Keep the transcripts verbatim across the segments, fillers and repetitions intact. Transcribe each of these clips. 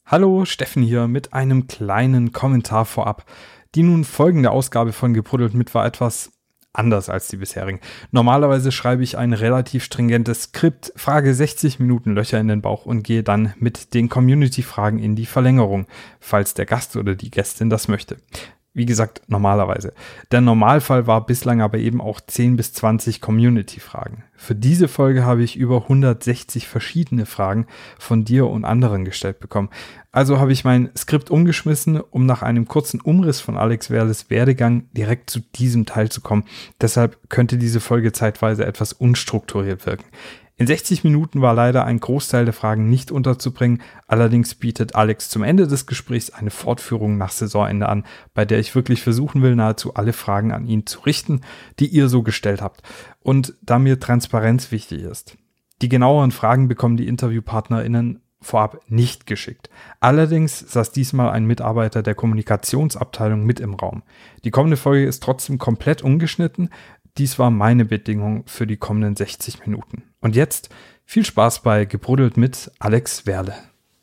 Hallo, Steffen hier mit einem kleinen Kommentar vorab. Die nun folgende Ausgabe von Gebruddelt mit war etwas anders als die bisherigen. Normalerweise schreibe ich ein relativ stringentes Skript, frage sechzig Minuten Löcher in den Bauch und gehe dann mit den Community-Fragen in die Verlängerung, falls der Gast oder die Gästin das möchte. Wie gesagt, normalerweise. Der Normalfall war bislang aber eben auch zehn bis zwanzig Community-Fragen. Für diese Folge habe ich über hundertsechzig verschiedene Fragen von dir und anderen gestellt bekommen. Also habe ich mein Skript umgeschmissen, um nach einem kurzen Umriss von Alex Werles Werdegang direkt zu diesem Teil zu kommen. Deshalb könnte diese Folge zeitweise etwas unstrukturiert wirken. In sechzig Minuten war leider ein Großteil der Fragen nicht unterzubringen, allerdings bietet Alex zum Ende des Gesprächs eine Fortführung nach Saisonende an, bei der ich wirklich versuchen will, nahezu alle Fragen an ihn zu richten, die ihr so gestellt habt. Und da mir Transparenz wichtig ist. Die genaueren Fragen bekommen die InterviewpartnerInnen vorab nicht geschickt. Allerdings saß diesmal ein Mitarbeiter der Kommunikationsabteilung mit im Raum. Die kommende Folge ist trotzdem komplett ungeschnitten. Dies war meine Bedingung für die kommenden sechzig Minuten. Und jetzt viel Spaß bei Gebruddelt mit Alex Werle.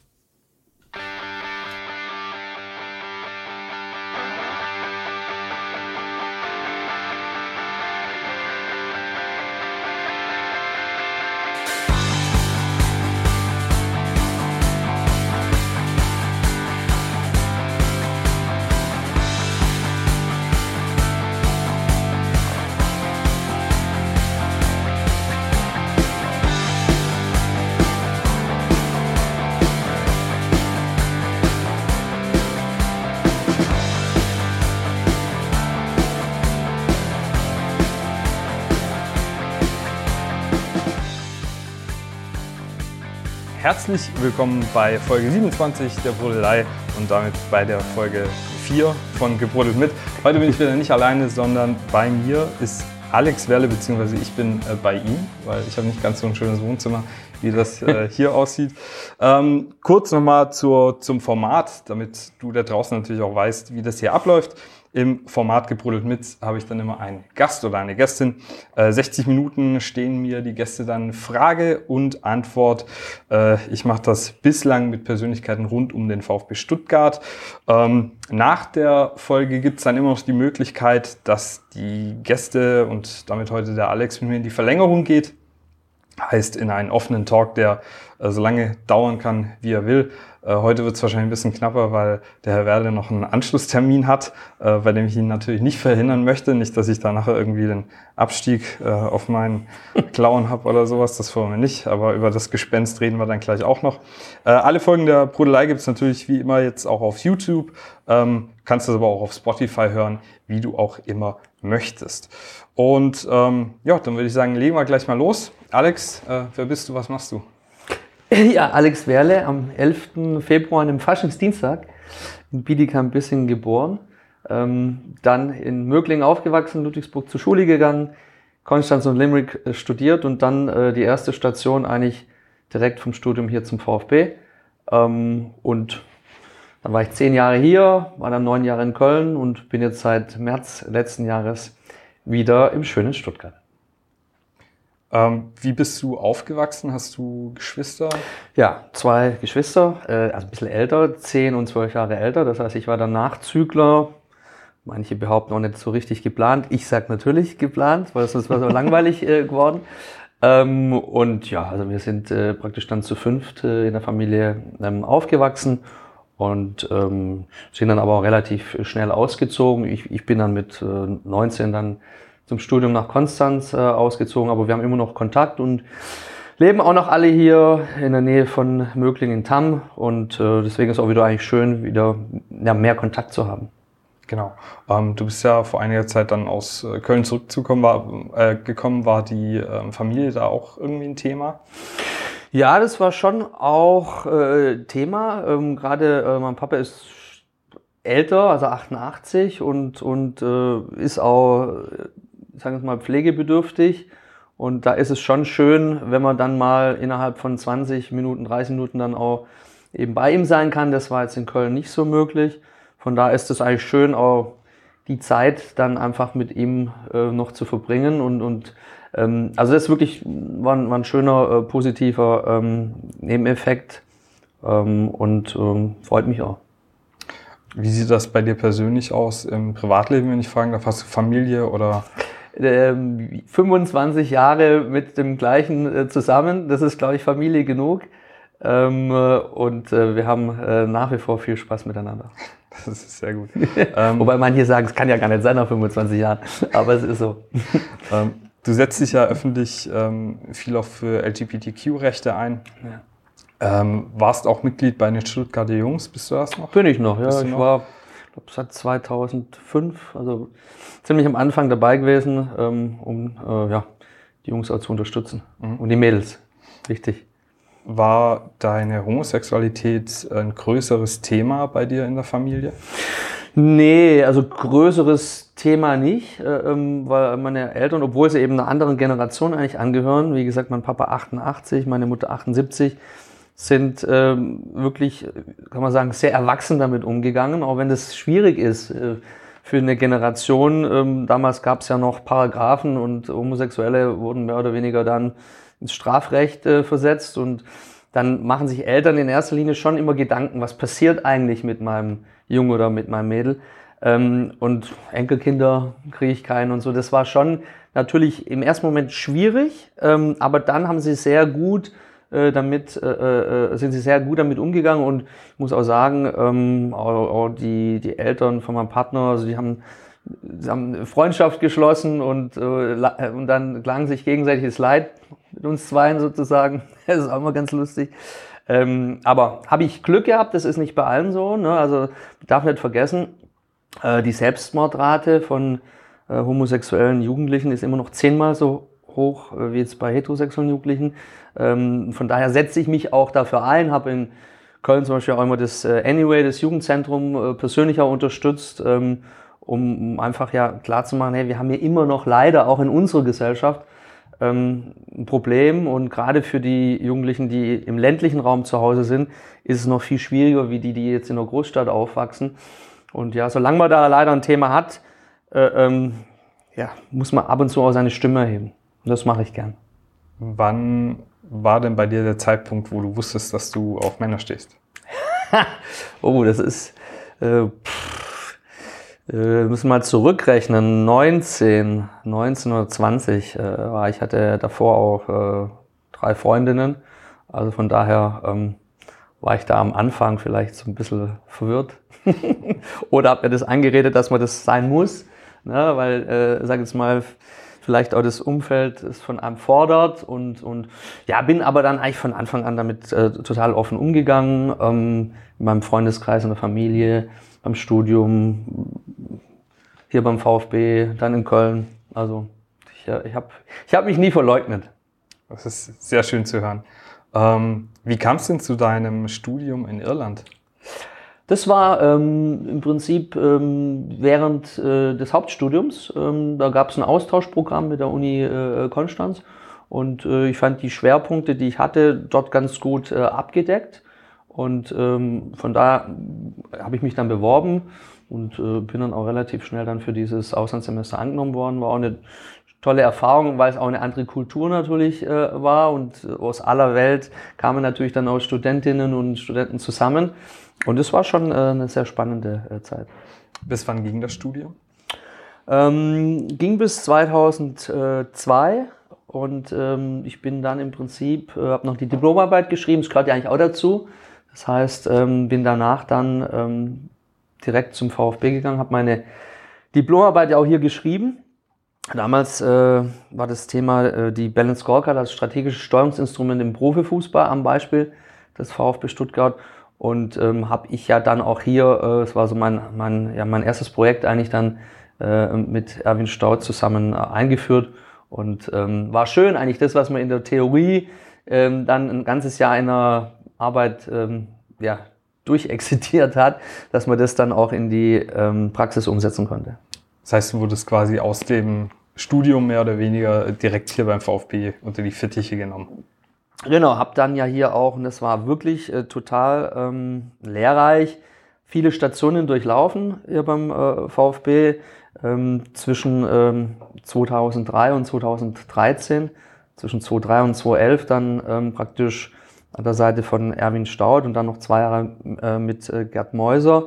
Herzlich willkommen bei Folge siebenundzwanzig der Bruddelei und damit bei der Folge vier von Gebruddelt mit. Heute bin ich wieder nicht alleine, sondern bei mir ist Alex Werle, beziehungsweise ich bin äh, bei ihm, weil ich habe nicht ganz so ein schönes Wohnzimmer, wie das äh, hier aussieht. Ähm, kurz nochmal zur, zum Format, damit du da draußen natürlich auch weißt, wie das hier abläuft. Im Format Gebruddelt mit habe ich dann immer einen Gast oder eine Gästin. Äh, sechzig Minuten stehen mir die Gäste dann Frage und Antwort. Äh, ich mache das bislang mit Persönlichkeiten rund um den VfB Stuttgart. Ähm, nach der Folge gibt es dann immer noch die Möglichkeit, dass die Gäste und damit heute der Alex mit mir in die Verlängerung geht. Heißt in einen offenen Talk, der äh, so lange dauern kann, wie er will. Äh, heute wird es wahrscheinlich ein bisschen knapper, weil der Herr Werle noch einen Anschlusstermin hat, äh, bei dem ich ihn natürlich nicht verhindern möchte. Nicht, dass ich da nachher irgendwie den Abstieg äh, auf meinen Klauen habe oder sowas, das wollen wir nicht. Aber über das Gespenst reden wir dann gleich auch noch. Äh, alle Folgen der Bruddelei gibt es natürlich wie immer jetzt auch auf YouTube. Ähm, kannst das aber auch auf Spotify hören, wie du auch immer möchtest. Und ähm, ja, dann würde ich sagen, legen wir gleich mal los. Alex, äh, wer bist du, was machst du? Ja, Alex Werle, am elften Februar, einem Faschingsdienstag, in Bietigheim-Bissingen geboren. Ähm, dann in Möglingen aufgewachsen, Ludwigsburg zur Schule gegangen, Konstanz und Limerick äh, studiert und dann äh, die erste Station eigentlich direkt vom Studium hier zum VfB. Ähm, und dann war ich zehn Jahre hier, war dann neun Jahre in Köln und bin jetzt seit März letzten Jahres wieder im schönen Stuttgart. Ähm, wie bist du aufgewachsen? Hast du Geschwister? Ja, zwei Geschwister, äh, also ein bisschen älter, zehn und zwölf Jahre älter. Das heißt, ich war der Nachzügler. Manche behaupten auch nicht so richtig geplant. Ich sag natürlich geplant, weil sonst war es so langweilig äh, geworden. Ähm, und ja, also wir sind äh, praktisch dann zu fünft äh, in der Familie ähm, aufgewachsen und ähm, sind dann aber auch relativ schnell ausgezogen. Ich, ich bin dann mit äh, neunzehn dann zum Studium nach Konstanz äh, ausgezogen, aber wir haben immer noch Kontakt und leben auch noch alle hier in der Nähe von Möglingen in Tamm und äh, deswegen ist es auch wieder eigentlich schön, wieder ja, mehr Kontakt zu haben. Genau. Ähm, du bist ja vor einiger Zeit dann aus äh, Köln zurückgekommen, war, äh, gekommen, war die äh, Familie da auch irgendwie ein Thema? Ja, das war schon auch äh, Thema. Ähm, Gerade äh, mein Papa ist älter, also achtundachtzig und, und äh, ist auch, sagen wir mal, pflegebedürftig. Und da ist es schon schön, wenn man dann mal innerhalb von zwanzig Minuten, dreißig Minuten dann auch eben bei ihm sein kann. Das war jetzt in Köln nicht so möglich. Von daher ist es eigentlich schön, auch die Zeit dann einfach mit ihm äh, noch zu verbringen. Und, und ähm, also das ist wirklich war, war ein schöner, äh, positiver ähm, Nebeneffekt. ähm, und ähm, freut mich auch. Wie sieht das bei dir persönlich aus im Privatleben, wenn ich fragen darf? Hast du Familie oder? Ähm, fünfundzwanzig Jahre mit dem gleichen äh, zusammen, das ist, glaube ich, Familie genug. Ähm, äh, und äh, wir haben äh, nach wie vor viel Spaß miteinander. Das ist sehr gut. ähm, Wobei manche sagen, es kann ja gar nicht sein nach fünfundzwanzig Jahren, aber es ist so. ähm, du setzt dich ja öffentlich ähm, viel auch für L G B T Q-Rechte ein. Ja. Ähm, warst auch Mitglied bei den Stuttgarter Jungs, bist du das noch? Bin ich noch, ja. Ich noch? war glaub, seit zweitausendfünf, also ziemlich am Anfang dabei gewesen, ähm, um äh, ja, die Jungs auch zu unterstützen. Mhm. Und die Mädels, wichtig. War deine Homosexualität ein größeres Thema bei dir in der Familie? Nee, also größeres Thema nicht, äh, weil meine Eltern, obwohl sie eben einer anderen Generation eigentlich angehören, wie gesagt, mein Papa achtundachtzig, meine Mutter achtundsiebzig, sind ähm, wirklich, kann man sagen, sehr erwachsen damit umgegangen, auch wenn das schwierig ist äh, für eine Generation. Ähm, damals gab es ja noch Paragraphen und Homosexuelle wurden mehr oder weniger dann ins Strafrecht äh, versetzt und dann machen sich Eltern in erster Linie schon immer Gedanken, was passiert eigentlich mit meinem Jungen oder mit meinem Mädel. Ähm, und Enkelkinder kriege ich keinen und so. Das war schon natürlich im ersten Moment schwierig, ähm, aber dann haben sie sehr gut äh, damit, äh, äh, sind sie sehr gut damit umgegangen und ich muss auch sagen, ähm, auch, auch die, die Eltern von meinem Partner, also die haben Sie haben eine Freundschaft geschlossen und, äh, und dann klagen sich gegenseitiges Leid mit uns Zweien sozusagen. Das ist auch immer ganz lustig. Ähm, aber habe ich Glück gehabt, das ist nicht bei allen so. Ne? Also ich darf nicht vergessen, äh, die Selbstmordrate von äh, homosexuellen Jugendlichen ist immer noch zehnmal so hoch äh, wie jetzt bei heterosexuellen Jugendlichen. Ähm, von daher setze ich mich auch dafür ein, habe in Köln zum Beispiel auch immer das äh, Anyway, das Jugendzentrum, äh, persönlich auch unterstützt, ähm, um einfach ja klarzumachen, hey, wir haben hier immer noch leider auch in unserer Gesellschaft ähm, ein Problem und gerade für die Jugendlichen, die im ländlichen Raum zu Hause sind, ist es noch viel schwieriger, wie die, die jetzt in der Großstadt aufwachsen. Und ja, solange man da leider ein Thema hat, äh, ähm, ja, muss man ab und zu auch seine Stimme erheben. Und das mache ich gern. Wann war denn bei dir der Zeitpunkt, wo du wusstest, dass du auf Männer stehst? Oh, das ist... Äh, Wir müssen mal zurückrechnen, neunzehn, neunzehn oder zwanzig äh, war ich, hatte davor auch äh, drei Freundinnen, also von daher ähm, war ich da am Anfang vielleicht so ein bisschen verwirrt oder habe mir das eingeredet, dass man das sein muss, ne? Weil, äh, sag jetzt mal, vielleicht auch das Umfeld es von einem fordert und, und ja, bin aber dann eigentlich von Anfang an damit äh, total offen umgegangen, ähm, in meinem Freundeskreis, in der Familie, beim Studium, hier beim VfB, dann in Köln. Also ich, ich habe ich hab mich nie verleugnet. Das ist sehr schön zu hören. Ähm, wie kam es denn zu deinem Studium in Irland? Das war ähm, im Prinzip ähm, während äh, des Hauptstudiums. Ähm, da gab es ein Austauschprogramm mit der Uni äh, Konstanz und äh, ich fand die Schwerpunkte, die ich hatte, dort ganz gut äh, abgedeckt. Und ähm, von da habe ich mich dann beworben und äh, bin dann auch relativ schnell dann für dieses Auslandssemester angenommen worden. War auch eine tolle Erfahrung, weil es auch eine andere Kultur natürlich äh, war und äh, aus aller Welt kamen natürlich dann auch Studentinnen und Studenten zusammen. Und es war schon äh, eine sehr spannende äh, Zeit. Bis wann ging das Studium? Ähm, ging bis zweitausendzwei und ähm, ich bin dann im Prinzip, äh, habe noch die Diplomarbeit geschrieben, das gehört ja eigentlich auch dazu. Das heißt, ähm, bin danach dann ähm, direkt zum VfB gegangen, habe meine Diplomarbeit ja auch hier geschrieben. Damals äh, war das Thema äh, die Balance Scorecard als strategisches Steuerungsinstrument im Profifußball am Beispiel des VfB Stuttgart. Und ähm, habe ich ja dann auch hier, äh, es war so mein, mein, ja, mein erstes Projekt eigentlich dann äh, mit Erwin Staud zusammen äh, eingeführt. Und ähm, war schön eigentlich das, was man in der Theorie ähm, dann ein ganzes Jahr in einer Arbeit ähm, ja, durchexerziert hat, dass man das dann auch in die ähm, Praxis umsetzen konnte. Das heißt, du wurdest quasi aus dem Studium mehr oder weniger direkt hier beim VfB unter die Fittiche genommen. Genau, habe dann ja hier auch, und das war wirklich äh, total ähm, lehrreich, viele Stationen durchlaufen hier beim äh, VfB ähm, zwischen ähm, zweitausenddrei und zweitausenddreizehn, zwischen zweitausenddrei und zweitausendelf dann ähm, praktisch an der Seite von Erwin Staudt und dann noch zwei Jahre äh, mit äh, Gerd Meuser.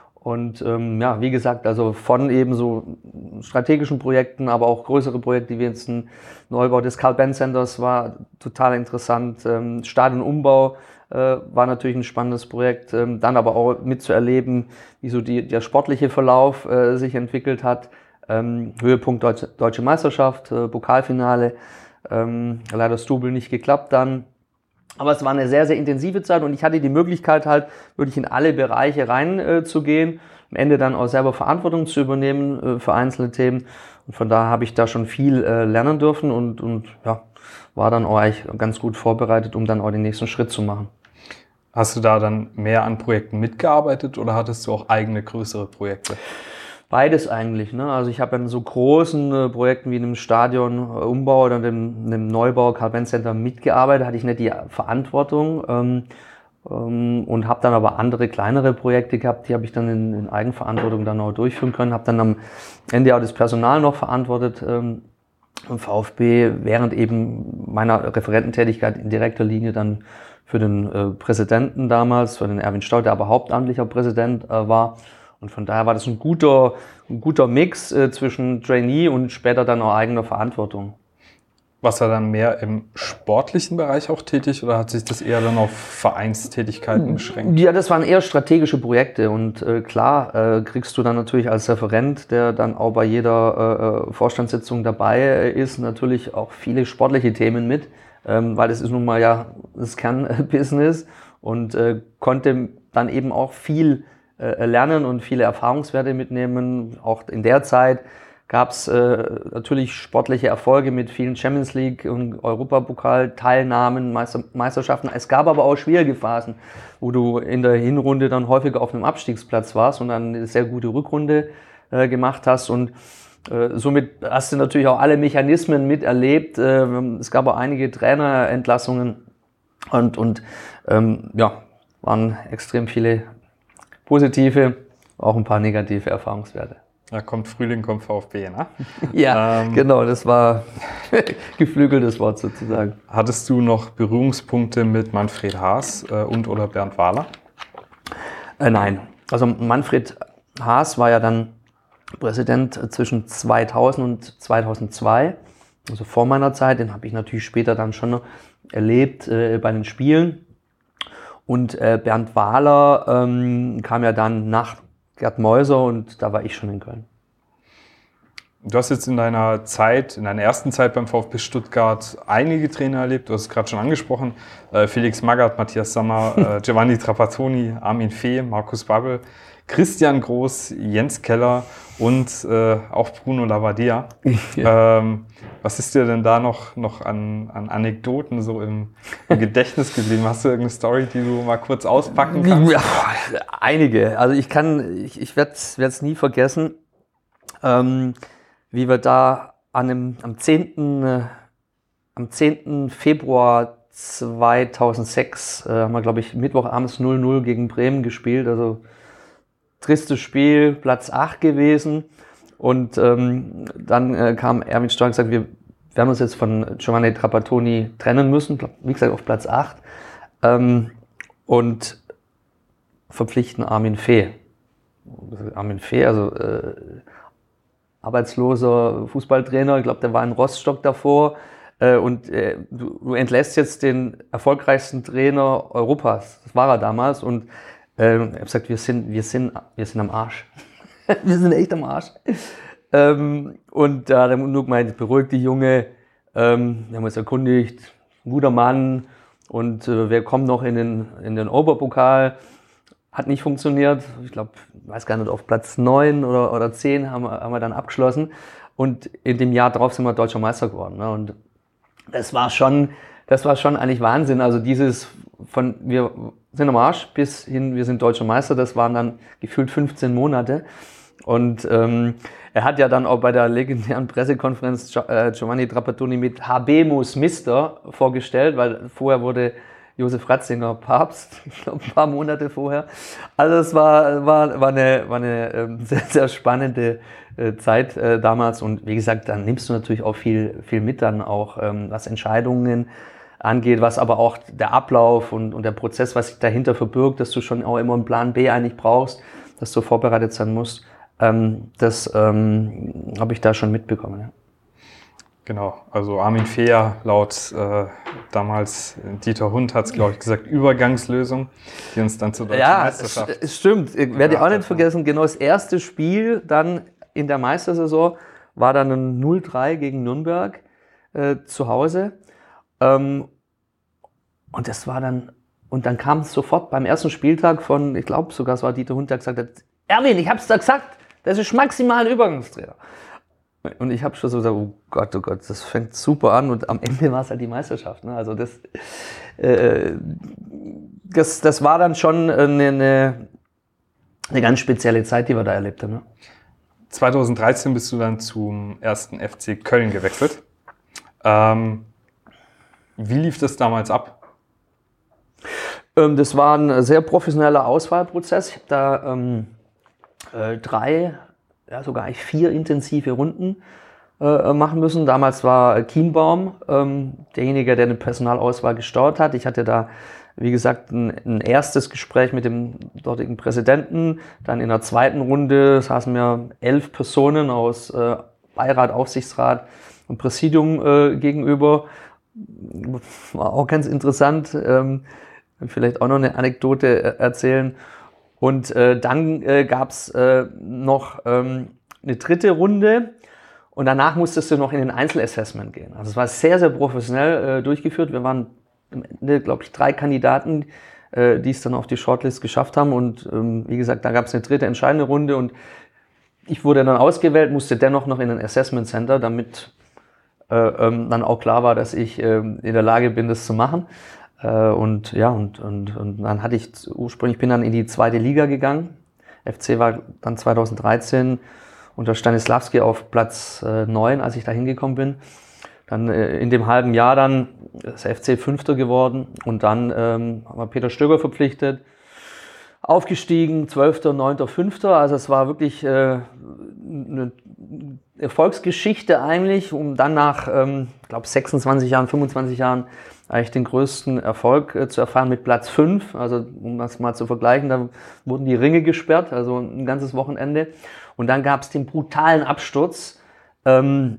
Und ähm, ja, wie gesagt, also von eben so strategischen Projekten, aber auch größere Projekte, wie jetzt ein Neubau des Carl-Benz-Centers war total interessant. Ähm, Stadionumbau äh, war natürlich ein spannendes Projekt. Ähm, dann aber auch mitzuerleben, wie so die, der sportliche Verlauf äh, sich entwickelt hat. Ähm, Höhepunkt Deutsche, Deutsche Meisterschaft, äh, Pokalfinale. Ähm, leider das Double nicht geklappt dann. Aber es war eine sehr, sehr intensive Zeit und ich hatte die Möglichkeit halt wirklich in alle Bereiche reinzugehen, äh, am Ende dann auch selber Verantwortung zu übernehmen äh, für einzelne Themen. Und von daher habe ich da schon viel äh, lernen dürfen und, und ja, war dann auch eigentlich ganz gut vorbereitet, um dann auch den nächsten Schritt zu machen. Hast du da dann mehr an Projekten mitgearbeitet oder hattest du auch eigene größere Projekte? Beides eigentlich, ne? Also ich habe an so großen äh, Projekten wie einem Stadionumbau oder dem, dem Neubau Carl-Benz-Center mitgearbeitet, hatte ich nicht die Verantwortung ähm, ähm, und habe dann aber andere kleinere Projekte gehabt, die habe ich dann in, in Eigenverantwortung dann auch durchführen können, habe dann am Ende auch das Personal noch verantwortet ähm, im VfB, während eben meiner Referententätigkeit in direkter Linie dann für den äh, Präsidenten damals, für den Erwin Staudt, der aber hauptamtlicher Präsident äh, war. Und von daher war das ein guter, ein guter Mix äh, zwischen Trainee und später dann auch eigener Verantwortung. Warst du dann mehr im sportlichen Bereich auch tätig oder hat sich das eher dann auf Vereinstätigkeiten beschränkt? Ja, das waren eher strategische Projekte und äh, klar äh, kriegst du dann natürlich als Referent, der dann auch bei jeder äh, Vorstandssitzung dabei äh, ist, natürlich auch viele sportliche Themen mit, ähm, weil das ist nun mal ja das Kernbusiness und äh, konnte dann eben auch viel lernen und viele Erfahrungswerte mitnehmen. Auch in der Zeit gab es äh, natürlich sportliche Erfolge mit vielen Champions League und Europapokal-Teilnahmen, Meister Meisterschaften. Es gab aber auch schwierige Phasen, wo du in der Hinrunde dann häufiger auf einem Abstiegsplatz warst und dann eine sehr gute Rückrunde äh, gemacht hast. Und äh, somit hast du natürlich auch alle Mechanismen miterlebt. Äh, es gab auch einige Trainerentlassungen und, und ähm, ja, waren extrem viele positive, auch ein paar negative Erfahrungswerte. Da kommt Frühling, kommt VfB, ne? Ja, ähm, genau, das war geflügeltes Wort sozusagen. Hattest du noch Berührungspunkte mit Manfred Haas äh, und oder Bernd Wahler? Äh, nein, also Manfred Haas war ja dann Präsident zwischen zweitausend und zweitausendzwei, also vor meiner Zeit. Den habe ich natürlich später dann schon erlebt äh, bei den Spielen. Und äh, Bernd Wahler ähm, kam ja dann nach Gerd Meuser und da war ich schon in Köln. Du hast jetzt in deiner Zeit, in deiner ersten Zeit beim VfB Stuttgart einige Trainer erlebt. Du hast es gerade schon angesprochen. Äh, Felix Magath, Matthias Sammer, äh, Giovanni Trapattoni, Armin Fee, Markus Babbel, Christian Groß, Jens Keller und äh, auch Bruno Labbadia. Ja. Ähm, was ist dir denn da noch, noch an, an Anekdoten so im, im Gedächtnis geblieben? Hast du irgendeine Story, die du mal kurz auspacken kannst? Ja, einige. Also ich kann, ich, ich werde es nie vergessen, ähm, wie wir da an dem, am zehnten Äh, am zehnten Februar zweitausendsechs äh, haben wir, glaube ich, Mittwochabends null null gegen Bremen gespielt. Also tristes Spiel, Platz acht gewesen. Und ähm, dann äh, kam Erwin Staudt und gesagt, wir werden uns jetzt von Giovanni Trapattoni trennen müssen, wie gesagt auf Platz acht, ähm, und verpflichten Armin Fee. Armin Fee, also äh, arbeitsloser Fußballtrainer, ich glaube, der war in Rostock davor, äh, und äh, du, du entlässt jetzt den erfolgreichsten Trainer Europas, das war er damals, und äh, er hat gesagt, wir sind, wir sind, wir sind am Arsch. Wir sind echt am Arsch. Ähm, und da hat er nur gemeint, beruhigt die Junge, ähm, wir haben uns erkundigt, ein guter Mann, und äh, wer kommt noch in den, in den Oberpokal? Hat nicht funktioniert. Ich glaube, ich weiß gar nicht, auf Platz neun oder, oder zehn haben wir, haben wir dann abgeschlossen. Und in dem Jahr drauf sind wir Deutscher Meister geworden. Ne? Und das war schon, das war schon eigentlich Wahnsinn. Also dieses von wir sind am Arsch bis hin, wir sind Deutscher Meister, das waren dann gefühlt fünfzehn Monate. Und ähm, er hat ja dann auch bei der legendären Pressekonferenz äh, Giovanni Trapattoni mit Habemus Mister vorgestellt, weil vorher wurde Josef Ratzinger Papst, ich glaube ein paar Monate vorher. Also es war, war, war eine, war eine ähm, sehr, sehr spannende äh, Zeit äh, damals. Und wie gesagt, dann nimmst du natürlich auch viel, viel mit, dann auch ähm, was Entscheidungen angeht, was aber auch der Ablauf und, und der Prozess, was sich dahinter verbirgt, dass du schon auch immer einen Plan B eigentlich brauchst, dass du vorbereitet sein musst, ähm, das ähm, habe ich da schon mitbekommen. Ja. Genau, also Armin Fehr, laut äh, damals Dieter Hund hat es, glaube ich, gesagt, Übergangslösung, die uns dann zur deutschen ja, Meisterschaft... Ja, es stimmt. Ich werde auch nicht vergessen, genau das erste Spiel dann in der Meistersaison war dann ein null drei gegen Nürnberg äh, zu Hause. Ähm, und das war dann, und dann kam es sofort beim ersten Spieltag von, ich glaube sogar, es war Dieter Hund, der gesagt hat, Erwin, ich hab's da gesagt, das ist maximal ein Übergangstrainer. Und ich habe schon so gesagt, oh Gott, oh Gott, das fängt super an und am Ende war es halt die Meisterschaft. Ne? Also das, äh, das, das war dann schon eine, eine, eine ganz spezielle Zeit, die wir da erlebt haben. Ne? zweitausenddreizehn bist du dann zum ersten F C Köln gewechselt. Ähm, wie lief das damals ab? Ähm, das war ein sehr professioneller Auswahlprozess. Ich habe da ähm, äh, drei, ja sogar eigentlich vier intensive Runden äh, machen müssen. Damals war Kienbaum ähm, derjenige, der eine Personalauswahl gesteuert hat. Ich hatte da, wie gesagt, ein, ein erstes Gespräch mit dem dortigen Präsidenten. Dann in der zweiten Runde saßen mir elf Personen aus äh, Beirat, Aufsichtsrat und Präsidium äh, gegenüber. War auch ganz interessant. Ähm, vielleicht auch noch eine Anekdote erzählen. Und äh, dann äh, gab es äh, noch ähm, eine dritte Runde und danach musstest du noch in den Einzelassessment gehen. Also es war sehr, sehr professionell äh, durchgeführt. Wir waren am Ende, glaube ich, drei Kandidaten, äh, die es dann auf die Shortlist geschafft haben. Und ähm, wie gesagt, da gab es eine dritte entscheidende Runde und ich wurde dann ausgewählt, musste dennoch noch in ein Assessment Center, damit äh, ähm, dann auch klar war, dass ich äh, in der Lage bin, das zu machen. Und ja, und, und, und dann hatte ich ursprünglich, bin dann in die zweite Liga gegangen. F C war dann zweitausenddreizehn unter Stanislavski auf Platz äh, neun, als ich da hingekommen bin. Dann äh, in dem halben Jahr dann ist F C Fünfter geworden und dann ähm, haben wir Peter Stöger verpflichtet. Aufgestiegen, Zwölfter, Neunter, Fünfter. Also es war wirklich äh, eine Erfolgsgeschichte eigentlich, um dann nach, ähm, ich glaube, sechsundzwanzig Jahren, fünfundzwanzig Jahren eigentlich den größten Erfolg äh, zu erfahren mit Platz fünf. Also um das mal zu vergleichen, da wurden die Ringe gesperrt, also ein ganzes Wochenende. Und dann gab es den brutalen Absturz. Ähm,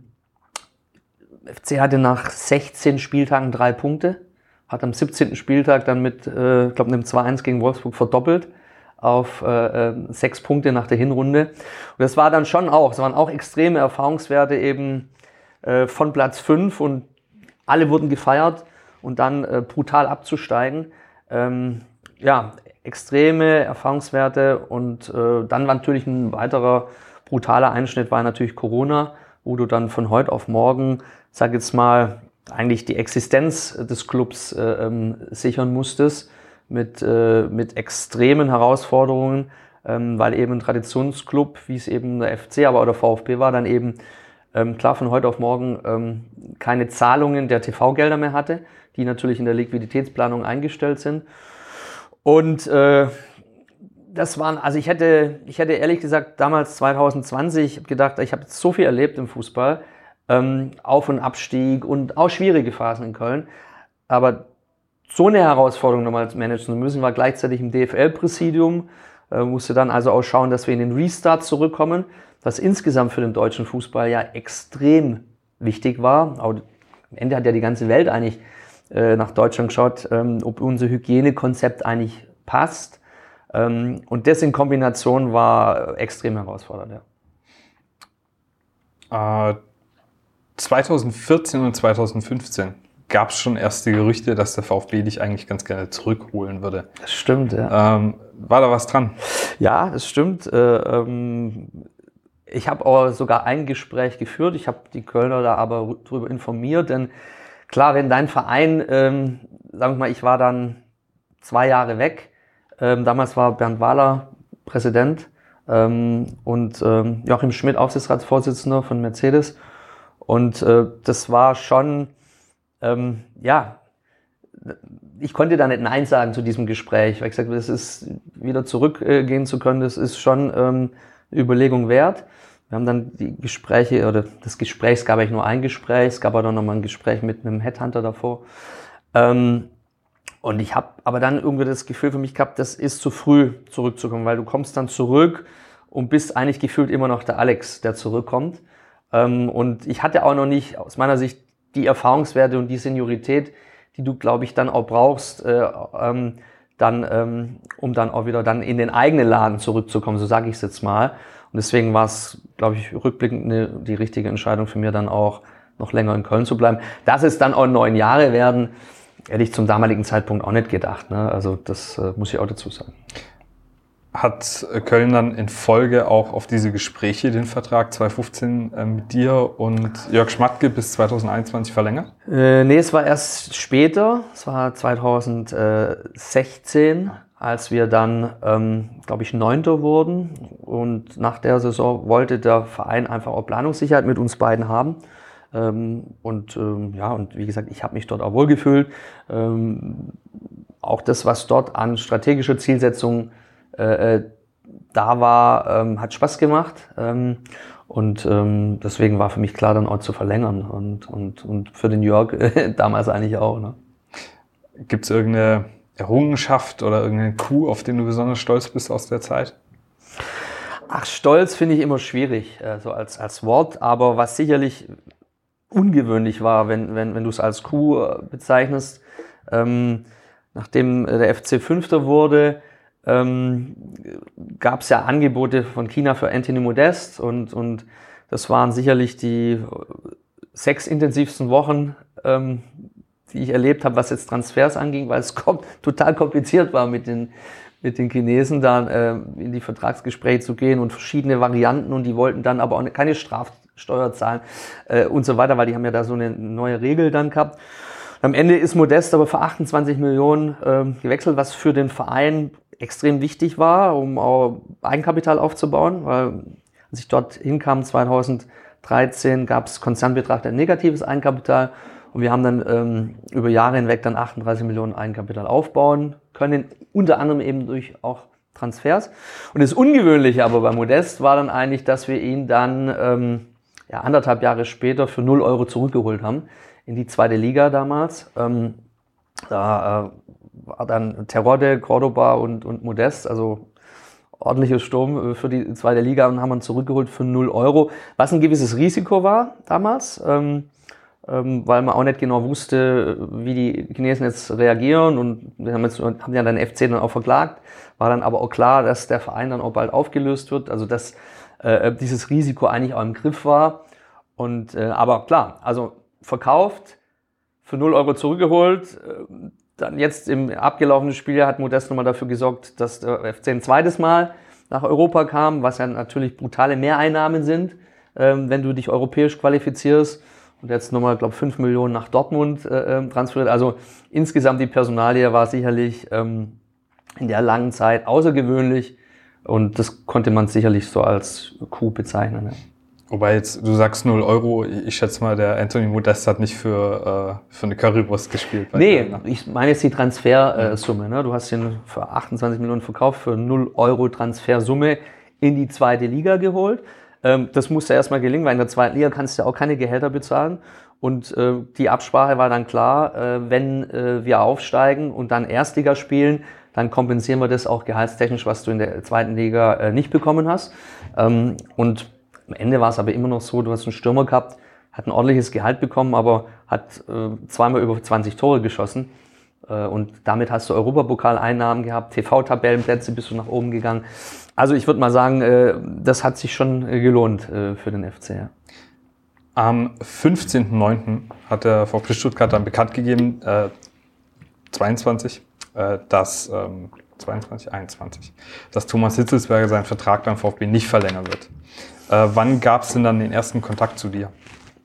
F C hatte nach sechzehn Spieltagen drei Punkte, hat am siebzehnten Spieltag dann mit, äh, ich glaube, einem zwei eins gegen Wolfsburg verdoppelt auf äh, äh, sechs Punkte nach der Hinrunde. Und das war dann schon auch, es waren auch extreme Erfahrungswerte eben äh, von Platz fünf und alle wurden gefeiert. Und dann äh, brutal abzusteigen. Ähm, ja, extreme Erfahrungswerte und äh, dann war natürlich ein weiterer brutaler Einschnitt war natürlich Corona, wo du dann von heute auf morgen, sag jetzt mal, eigentlich die Existenz des Clubs äh, ähm, sichern musstest mit, äh, mit extremen Herausforderungen, ähm, weil eben ein Traditionsclub, wie es eben der F C, aber auch der VfB war, dann eben ähm, klar von heute auf morgen ähm, keine Zahlungen der T V-Gelder mehr hatte, die natürlich in der Liquiditätsplanung eingestellt sind. Und äh, das waren, also ich hätte, ich hätte ehrlich gesagt damals zwanzig zwanzig gedacht, ich habe so viel erlebt im Fußball, ähm, Auf- und Abstieg und auch schwierige Phasen in Köln. Aber so eine Herausforderung nochmal managen zu müssen, war gleichzeitig im D F L-Präsidium, äh, musste dann also auch schauen, dass wir in den Restart zurückkommen, was insgesamt für den deutschen Fußball ja extrem wichtig war. Auch am Ende hat ja die ganze Welt eigentlich äh, nach Deutschland geschaut, ähm, ob unser Hygienekonzept eigentlich passt. Ähm, und das in Kombination war extrem herausfordernd. Ja. Äh, zweitausendvierzehn und zweitausendfünfzehn gab es schon erste Gerüchte, dass der VfB dich eigentlich ganz gerne zurückholen würde. Das stimmt, ja. Ähm, war da was dran? Ja, das stimmt. Äh, ähm, ich habe auch sogar ein Gespräch geführt. Ich habe die Kölner da aber darüber informiert, denn klar, wenn dein Verein, ähm, sagen wir mal, ich war dann zwei Jahre weg. Ähm, damals war Bernd Wahler Präsident ähm, und ähm, Joachim Schmidt Aufsichtsratsvorsitzender von Mercedes. Und äh, das war schon, ähm, ja, ich konnte da nicht Nein sagen zu diesem Gespräch, weil ich gesagt habe, das ist, wieder zurückgehen zu können, das ist schon ähm, eine Überlegung wert. Wir haben dann die Gespräche, oder das Gespräch, es gab eigentlich nur ein Gespräch, es gab aber dann nochmal ein Gespräch mit einem Headhunter davor. Ähm, und ich habe aber dann irgendwie das Gefühl für mich gehabt, das ist zu früh zurückzukommen, weil du kommst dann zurück und bist eigentlich gefühlt immer noch der Alex, der zurückkommt. Ähm, und ich hatte auch noch nicht aus meiner Sicht die Erfahrungswerte und die Seniorität, die du, glaube ich, dann auch brauchst, äh, ähm, dann, ähm, um dann auch wieder dann in den eigenen Laden zurückzukommen, so sage ich es jetzt mal. Und deswegen war es, glaube ich, rückblickend eine, die richtige Entscheidung für mich dann auch, noch länger in Köln zu bleiben. Dass es dann auch neun Jahre werden, hätte ich zum damaligen Zeitpunkt auch nicht gedacht. Ne? Also das äh, muss ich auch dazu sagen. Hat Köln dann in Folge auch auf diese Gespräche den Vertrag zwanzig fünfzehn äh, mit dir und Jörg Schmatke bis zwanzig einundzwanzig verlängert? Äh, nee, es war erst später. Es war zwanzig sechzehn, als wir dann, ähm, glaube ich, Neunter wurden. Und nach der Saison wollte der Verein einfach auch Planungssicherheit mit uns beiden haben. Ähm, und ähm, ja, und wie gesagt, ich habe mich dort auch wohlgefühlt. Ähm, auch das, was dort an strategischer Zielsetzung äh, da war, ähm, hat Spaß gemacht. Ähm, und ähm, deswegen war für mich klar, dann auch zu verlängern. Und, und, und für den Jörg äh, damals eigentlich auch. Ne? Gibt es irgendeine Errungenschaft oder irgendeinen Coup, auf den du besonders stolz bist aus der Zeit? Ach, stolz finde ich immer schwierig, äh, so als, als Wort. Aber was sicherlich ungewöhnlich war, wenn, wenn, wenn du es als Coup äh, bezeichnest, ähm, nachdem der F C Fünfter wurde, ähm, gab es ja Angebote von China für Anthony Modest und, und das waren sicherlich die sechs intensivsten Wochen, ähm, die ich erlebt habe, was jetzt Transfers anging, weil es kom- total kompliziert war mit den, mit den Chinesen da äh, in die Vertragsgespräche zu gehen und verschiedene Varianten und die wollten dann aber auch keine Strafsteuer zahlen äh, und so weiter, weil die haben ja da so eine neue Regel dann gehabt. Am Ende ist Modest aber für achtundzwanzig Millionen ähm, gewechselt, was für den Verein extrem wichtig war, um auch Eigenkapital aufzubauen, weil als ich dort hinkam, zwanzig dreizehn, gab es konzernbetrachtet ein negatives Eigenkapital und wir haben dann ähm, über Jahre hinweg dann achtunddreißig Millionen Eigenkapital aufbauen können, unter anderem eben durch auch Transfers. Und das Ungewöhnliche aber bei Modest war dann eigentlich, dass wir ihn dann ähm, ja, anderthalb Jahre später für null Euro zurückgeholt haben in die zweite Liga damals. Ähm, da äh, war dann Terodde, Cordoba und, und Modest, also ordentlicher Sturm für die zweite Liga und haben wir zurückgeholt für null Euro, was ein gewisses Risiko war damals, ähm, ähm, weil man auch nicht genau wusste, wie die Chinesen jetzt reagieren und wir haben, jetzt, haben ja dann F C dann auch verklagt, war dann aber auch klar, dass der Verein dann auch bald aufgelöst wird, also dass äh, dieses Risiko eigentlich auch im Griff war und äh, aber klar, also verkauft, für null Euro zurückgeholt, äh, dann jetzt im abgelaufenen Spiel hat Modest nochmal dafür gesorgt, dass der F C ein zweites Mal nach Europa kam, was ja natürlich brutale Mehreinnahmen sind, ähm, wenn du dich europäisch qualifizierst. Und jetzt nochmal, glaube ich, fünf Millionen nach Dortmund äh, transferiert. Also insgesamt die Personalie war sicherlich ähm, in der langen Zeit außergewöhnlich. Und das konnte man sicherlich so als Coup bezeichnen. Ja. Wobei jetzt, du sagst null Euro, ich schätze mal, der Anthony Modest hat nicht für, äh, für eine Currywurst gespielt. Nee, der, ich meine jetzt die Transfersumme. Ne? Du hast ihn für achtundzwanzig Millionen verkauft, für null Euro Transfersumme in die zweite Liga geholt. Ähm, das musste erstmal gelingen, weil in der zweiten Liga kannst du ja auch keine Gehälter bezahlen. Und äh, die Absprache war dann klar, äh, wenn äh, wir aufsteigen und dann Erstliga spielen, dann kompensieren wir das auch gehaltstechnisch, was du in der zweiten Liga äh, nicht bekommen hast. Ähm, und am Ende war es aber immer noch so, du hast einen Stürmer gehabt, hat ein ordentliches Gehalt bekommen, aber hat äh, zweimal über zwanzig Tore geschossen. Äh, und damit hast du Europapokal-Einnahmen gehabt, T V-Tabellenplätze bist du nach oben gegangen. Also ich würde mal sagen, äh, das hat sich schon äh, gelohnt äh, für den F C. Ja. Am fünfzehnten neunten hat der VfB Stuttgart dann bekannt gegeben, äh, zweiundzwanzig, äh, dass ähm, zweiundzwanzig, einundzwanzig, dass Thomas Hitzelsberger seinen Vertrag beim VfB nicht verlängern wird. Äh, wann gab es denn dann den ersten Kontakt zu dir?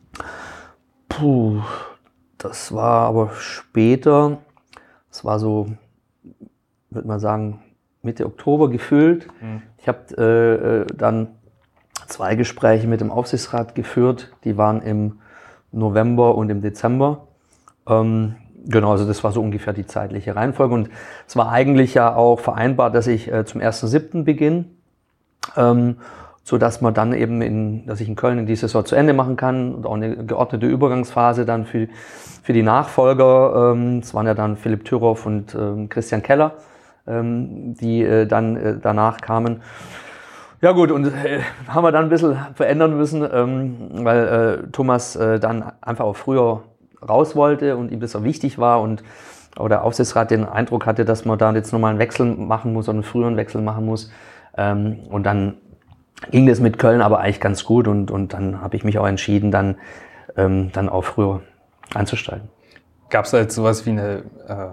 Puh, das war aber später. Das war so, würde man sagen, Mitte Oktober gefühlt. Mhm. Ich habe äh, dann zwei Gespräche mit dem Aufsichtsrat geführt. Die waren im November und im Dezember. Ähm, genau, also das war so ungefähr die zeitliche Reihenfolge. Und es war eigentlich ja auch vereinbart, dass ich äh, zum ersten siebten beginne. Ähm, sodass man dann eben in, dass ich in Köln in die Saison zu Ende machen kann und auch eine geordnete Übergangsphase dann für, für die Nachfolger. Ähm, es waren ja dann Philipp Thüroff und ähm, Christian Keller, ähm, die äh, dann äh, danach kamen. Ja gut, und äh, haben wir dann ein bisschen verändern müssen, ähm, weil äh, Thomas äh, dann einfach auch früher raus wollte und ihm das auch wichtig war und auch der Aufsichtsrat den Eindruck hatte, dass man da jetzt nochmal einen Wechsel machen muss, oder einen früheren Wechsel machen muss. Ähm, und dann ging das mit Köln aber eigentlich ganz gut und, und dann habe ich mich auch entschieden, dann, ähm, dann auch früher einzusteigen. Gab es da jetzt sowas wie eine äh,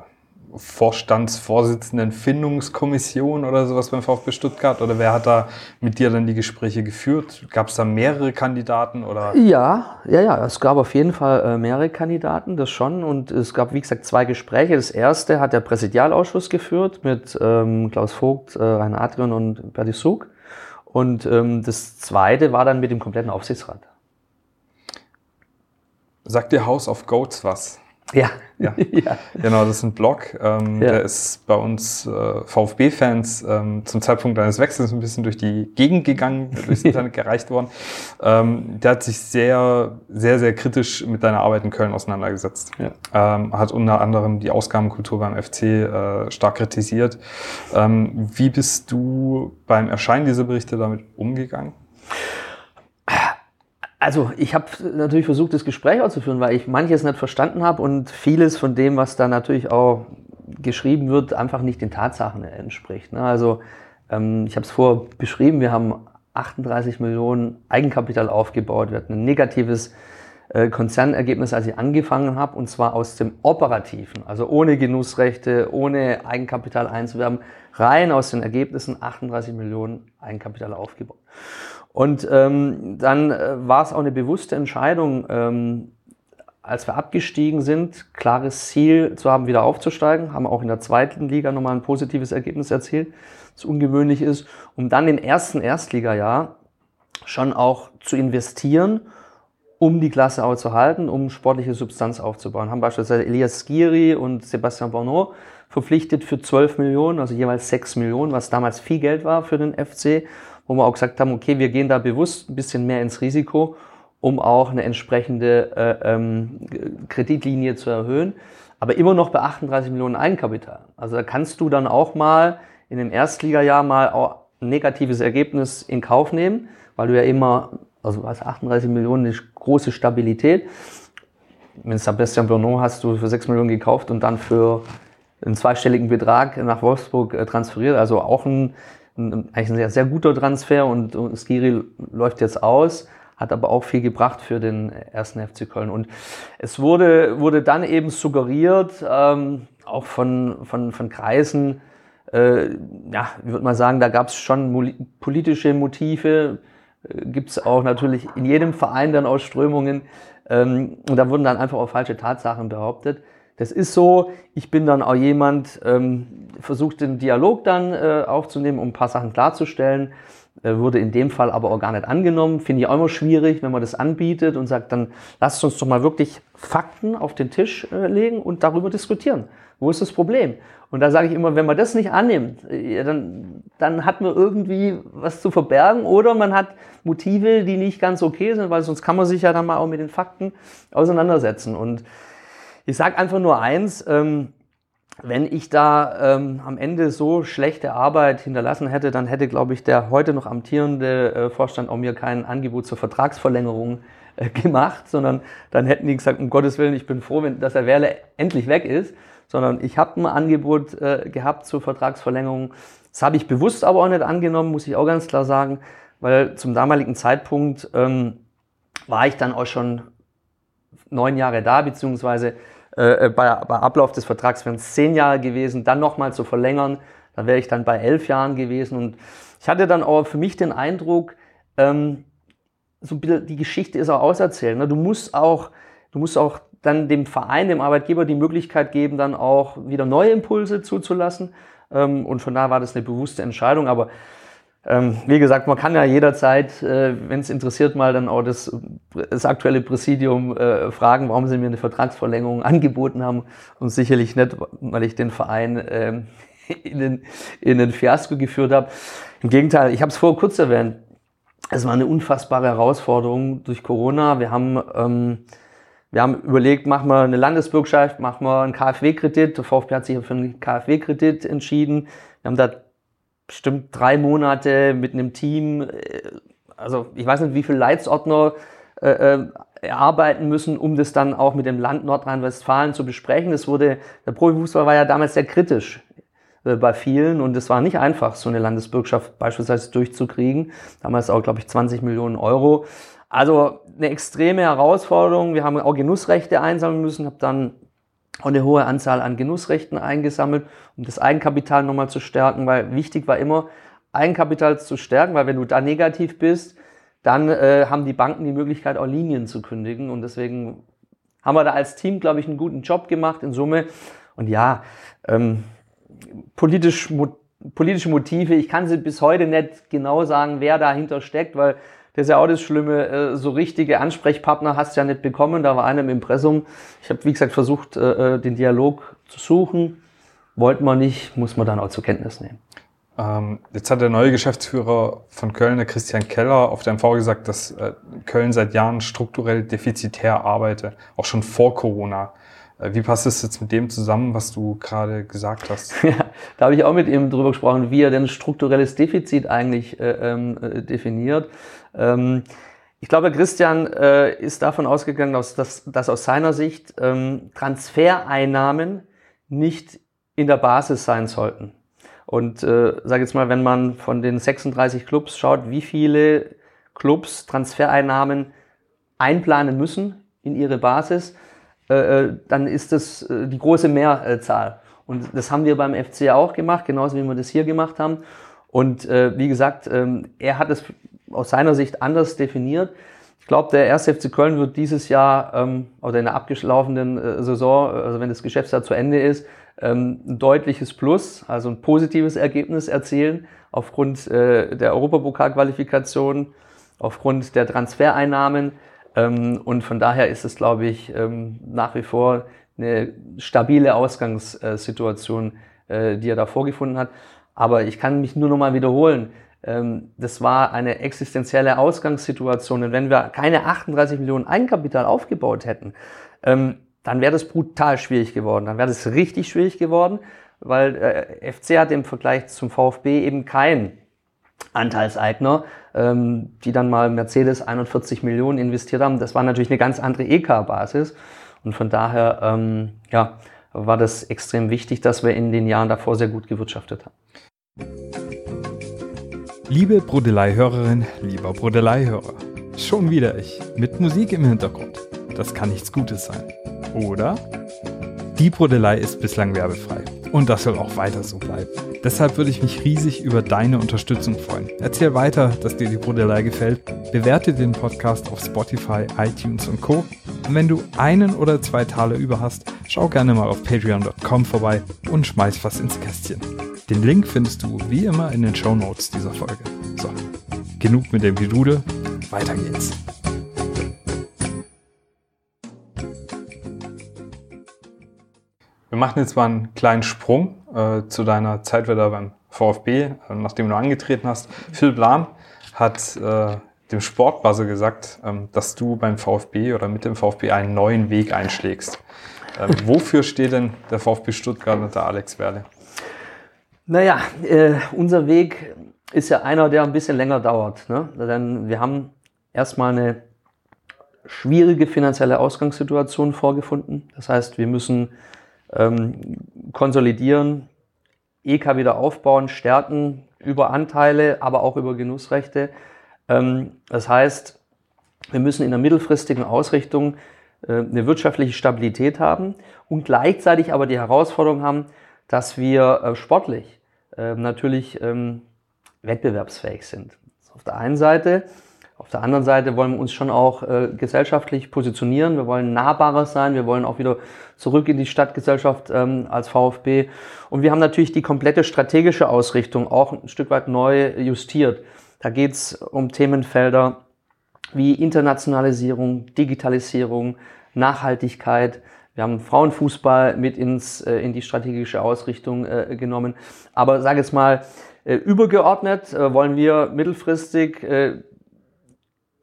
Vorstandsvorsitzenden-Findungskommission oder sowas beim VfB Stuttgart? Oder wer hat da mit dir dann die Gespräche geführt? Gab es da mehrere Kandidaten? Oder? Ja, ja, ja, es gab auf jeden Fall äh, mehrere Kandidaten, das schon. Und es gab, wie gesagt, zwei Gespräche. Das erste hat der Präsidialausschuss geführt mit ähm, Klaus Vogt, äh, Rainer Adrian und Berti Sug. Und ähm, das zweite war dann mit dem kompletten Aufsichtsrat. Sagt dir House of Goats was? Ja. Ja. Ja, genau, das ist ein Blog, ähm, ja. Der ist bei uns äh, VfB-Fans ähm, zum Zeitpunkt deines Wechsels ein bisschen durch die Gegend gegangen, durchs Internet gereicht worden. Ähm, der hat sich sehr, sehr, sehr kritisch mit deiner Arbeit in Köln auseinandergesetzt. Ja. Ähm, hat unter anderem die Ausgabenkultur beim F C äh, stark kritisiert. Ähm, wie bist du beim Erscheinen dieser Berichte damit umgegangen? Also ich habe natürlich versucht, das Gespräch auszuführen, weil ich manches nicht verstanden habe und vieles von dem, was da natürlich auch geschrieben wird, einfach nicht den Tatsachen entspricht. Also ähm, ich habe es vorher beschrieben, wir haben achtunddreißig Millionen Eigenkapital aufgebaut, wir hatten ein negatives äh, Konzernergebnis, als ich angefangen habe, und zwar aus dem Operativen, also ohne Genussrechte, ohne Eigenkapital einzuwerben, rein aus den Ergebnissen achtunddreißig Millionen Eigenkapital aufgebaut. Und ähm, dann äh, war es auch eine bewusste Entscheidung, ähm, als wir abgestiegen sind, klares Ziel zu haben, wieder aufzusteigen, haben auch in der zweiten Liga nochmal ein positives Ergebnis erzielt, das ungewöhnlich ist, um dann im ersten Erstligajahr schon auch zu investieren, um die Klasse auch zu halten, um sportliche Substanz aufzubauen. Haben beispielsweise Elias Skiri und Sebastian Borneau verpflichtet für zwölf Millionen, also jeweils sechs Millionen, was damals viel Geld war für den F C, wo wir auch gesagt haben, okay, wir gehen da bewusst ein bisschen mehr ins Risiko, um auch eine entsprechende äh, ähm, Kreditlinie zu erhöhen, aber immer noch bei achtunddreißig Millionen Eigenkapital. Also da kannst du dann auch mal in dem Erstligajahr mal auch ein negatives Ergebnis in Kauf nehmen, weil du ja immer, also du hast achtunddreißig Millionen, eine große Stabilität. Mit Sebastian Borneau hast du für sechs Millionen gekauft und dann für einen zweistelligen Betrag nach Wolfsburg äh, transferiert, also auch ein Ein, eigentlich ein sehr, sehr guter Transfer und, und Skiri läuft jetzt aus, hat aber auch viel gebracht für den ersten F C Köln. Und es wurde, wurde dann eben suggeriert, ähm, auch von, von, von Kreisen, äh, ja, ich würde mal sagen, da gab es schon politische Motive, äh, gibt es auch natürlich in jedem Verein dann auch Strömungen. Ähm, und da wurden dann einfach auch falsche Tatsachen behauptet. Das ist so, ich bin dann auch jemand, ähm, versucht den Dialog dann äh, aufzunehmen, um ein paar Sachen klarzustellen, äh, wurde in dem Fall aber auch gar nicht angenommen. Finde ich auch immer schwierig, wenn man das anbietet und sagt, dann lasst uns doch mal wirklich Fakten auf den Tisch äh, legen und darüber diskutieren. Wo ist das Problem? Und da sage ich immer, wenn man das nicht annimmt, äh, dann, dann hat man irgendwie was zu verbergen oder man hat Motive, die nicht ganz okay sind, weil sonst kann man sich ja dann mal auch mit den Fakten auseinandersetzen. Und ich sage einfach nur eins, ähm, wenn ich da ähm, am Ende so schlechte Arbeit hinterlassen hätte, dann hätte, glaube ich, der heute noch amtierende äh, Vorstand auch mir kein Angebot zur Vertragsverlängerung äh, gemacht, sondern dann hätten die gesagt, um Gottes Willen, ich bin froh, wenn, dass der Werle endlich weg ist, sondern ich habe ein Angebot äh, gehabt zur Vertragsverlängerung. Das habe ich bewusst aber auch nicht angenommen, muss ich auch ganz klar sagen, weil zum damaligen Zeitpunkt ähm, war ich dann auch schon neun Jahre da, beziehungsweise Äh, bei, bei Ablauf des Vertrags wären es zehn Jahre gewesen, dann nochmal zu verlängern, dann wäre ich dann bei elf Jahren gewesen. Und ich hatte dann auch für mich den Eindruck, ähm, so ein bisschen die Geschichte ist auch auserzählt. Ne? Du musst auch, du musst auch dann dem Verein, dem Arbeitgeber die Möglichkeit geben, dann auch wieder neue Impulse zuzulassen. Ähm, und von daher war das eine bewusste Entscheidung. Aber Ähm, wie gesagt, man kann ja jederzeit, äh, wenn es interessiert, mal dann auch das, das aktuelle Präsidium äh, fragen, warum sie mir eine Vertragsverlängerung angeboten haben. Und sicherlich nicht, weil ich den Verein äh, in, den, in den Fiasko geführt habe. Im Gegenteil, ich habe es vorher kurz erwähnt, es war eine unfassbare Herausforderung durch Corona. Wir haben, ähm, wir haben überlegt, machen wir eine Landesbürgschaft, machen wir einen KfW-Kredit. Der VfB hat sich für einen KfW-Kredit entschieden. Wir haben da bestimmt drei Monate mit einem Team, also ich weiß nicht, wie viele Leitsordner äh, erarbeiten müssen, um das dann auch mit dem Land Nordrhein-Westfalen zu besprechen. Das wurde, der Profifußball war ja damals sehr kritisch äh, bei vielen und es war nicht einfach, so eine Landesbürgschaft beispielsweise durchzukriegen. Damals auch, glaube ich, zwanzig Millionen Euro. Also eine extreme Herausforderung. Wir haben auch Genussrechte einsammeln müssen, habe dann auch eine hohe Anzahl an Genussrechten eingesammelt, um das Eigenkapital nochmal zu stärken, weil wichtig war immer, Eigenkapital zu stärken, weil wenn du da negativ bist, dann äh, haben die Banken die Möglichkeit, auch Linien zu kündigen und deswegen haben wir da als Team, glaube ich, einen guten Job gemacht in Summe. Und ja, ähm, politisch, mo- politische Motive, ich kann sie bis heute nicht genau sagen, wer dahinter steckt, weil das ist ja auch das Schlimme, so richtige Ansprechpartner hast du ja nicht bekommen. Da war einer im Impressum. Ich habe, wie gesagt, versucht, den Dialog zu suchen. Wollten wir nicht, muss man dann auch zur Kenntnis nehmen. Ähm, jetzt hat der neue Geschäftsführer von Köln, der Christian Keller, auf der M V gesagt, dass äh, Köln seit Jahren strukturell defizitär arbeite, auch schon vor Corona. Wie passt es jetzt mit dem zusammen, was du gerade gesagt hast? Ja, da habe ich auch mit ihm drüber gesprochen, wie er denn strukturelles Defizit eigentlich äh, äh, definiert. Ähm, ich glaube, Christian äh, ist davon ausgegangen, dass, dass, dass aus seiner Sicht ähm, Transfereinnahmen nicht in der Basis sein sollten. Und äh, sage jetzt mal, wenn man von den sechsunddreißig Clubs schaut, wie viele Clubs Transfereinnahmen einplanen müssen in ihre Basis, dann ist das die große Mehrzahl. Und das haben wir beim F C auch gemacht, genauso wie wir das hier gemacht haben. Und äh, wie gesagt, ähm, er hat es aus seiner Sicht anders definiert. Ich glaube, der erste F C Köln wird dieses Jahr ähm, oder in der abgelaufenen äh, Saison, also wenn das Geschäftsjahr zu Ende ist, ähm, ein deutliches Plus, also ein positives Ergebnis erzielen aufgrund äh, der Europapokalqualifikation, aufgrund der Transfereinnahmen. Und von daher ist es, glaube ich, nach wie vor eine stabile Ausgangssituation, die er da vorgefunden hat. Aber ich kann mich nur noch mal wiederholen. Das war eine existenzielle Ausgangssituation. Und wenn wir keine achtunddreißig Millionen Eigenkapital aufgebaut hätten, dann wäre das brutal schwierig geworden. Dann wäre das richtig schwierig geworden, weil der F C hat im Vergleich zum VfB eben keinen Anteilseigner, ähm, die dann mal Mercedes einundvierzig Millionen investiert haben. Das war natürlich eine ganz andere E K-Basis und von daher ähm, ja, war das extrem wichtig, dass wir in den Jahren davor sehr gut gewirtschaftet haben. Liebe Brodelei-Hörerin, lieber Brodelei-Hörer, schon wieder ich mit Musik im Hintergrund. Das kann nichts Gutes sein, oder? Die Brodelei ist bislang werbefrei. Und das soll auch weiter so bleiben. Deshalb würde ich mich riesig über deine Unterstützung freuen. Erzähl weiter, dass dir die Brodelei gefällt. Bewerte den Podcast auf Spotify, iTunes und Co. Und wenn du einen oder zwei Taler über hast, schau gerne mal auf patreon punkt com vorbei und schmeiß was ins Kästchen. Den Link findest du wie immer in den Shownotes dieser Folge. So, genug mit dem Gedudel, weiter geht's. Wir machen jetzt mal einen kleinen Sprung äh, zu deiner Zeit wieder beim VfB, äh, nachdem du angetreten hast. Philipp Lahm hat äh, dem Sportbuzzer gesagt, ähm, dass du beim VfB oder mit dem VfB einen neuen Weg einschlägst. Ähm, wofür steht denn der VfB Stuttgart unter Alex Werle? Naja, äh, unser Weg ist ja einer, der ein bisschen länger dauert. Ne? Denn wir haben erstmal eine schwierige finanzielle Ausgangssituation vorgefunden. Das heißt, wir müssen ähm, konsolidieren, E K wieder aufbauen, stärken über Anteile, aber auch über Genussrechte. Ähm, das heißt, wir müssen in der mittelfristigen Ausrichtung äh, eine wirtschaftliche Stabilität haben und gleichzeitig aber die Herausforderung haben, dass wir äh, sportlich äh, natürlich ähm, wettbewerbsfähig sind. Auf der einen Seite. Auf der anderen Seite wollen wir uns schon auch äh, gesellschaftlich positionieren. Wir wollen nahbarer sein. Wir wollen auch wieder zurück in die Stadtgesellschaft ähm, als VfB. Und wir haben natürlich die komplette strategische Ausrichtung auch ein Stück weit neu justiert. Da geht es um Themenfelder wie Internationalisierung, Digitalisierung, Nachhaltigkeit. Wir haben Frauenfußball mit ins, äh, in die strategische Ausrichtung äh, genommen. Aber sage jetzt mal, äh, übergeordnet äh, wollen wir mittelfristig äh,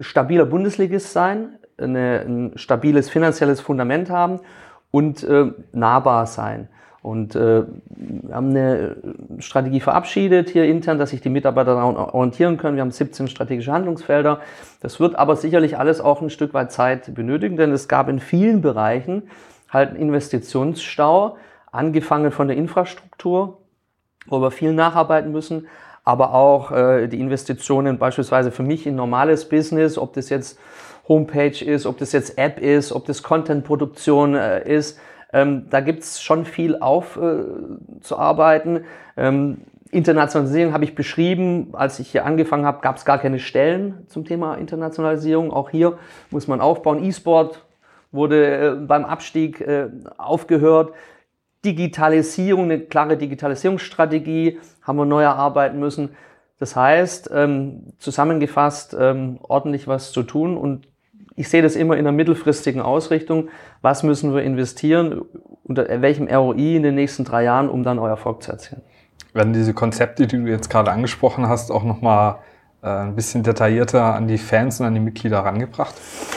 stabiler Bundesligist sein, eine, ein stabiles finanzielles Fundament haben und äh, nahbar sein. Und äh, wir haben eine Strategie verabschiedet hier intern, dass sich die Mitarbeiter daran orientieren können. Wir haben siebzehn strategische Handlungsfelder. Das wird aber sicherlich alles auch ein Stück weit Zeit benötigen, denn es gab in vielen Bereichen halt einen Investitionsstau, angefangen von der Infrastruktur, wo wir viel nacharbeiten müssen, aber auch äh, die Investitionen beispielsweise für mich in normales Business, ob das jetzt Homepage ist, ob das jetzt App ist, ob das Content-Produktion äh, ist. Ähm, da gibt's schon viel aufzuarbeiten. Äh, ähm, Internationalisierung habe ich beschrieben. Als ich hier angefangen habe, gab es gar keine Stellen zum Thema Internationalisierung. Auch hier muss man aufbauen. E-Sport wurde äh, beim Abstieg äh, aufgehört. Digitalisierung, eine klare Digitalisierungsstrategie haben wir neu erarbeiten müssen. Das heißt, ähm, zusammengefasst, ähm, ordentlich was zu tun, und ich sehe das immer in einer mittelfristigen Ausrichtung. Was müssen wir investieren, unter welchem R O I in den nächsten drei Jahren, um dann euer Erfolg zu erzielen? Werden diese Konzepte, die du jetzt gerade angesprochen hast, auch nochmal äh, ein bisschen detaillierter an die Fans und an die Mitglieder herangebracht?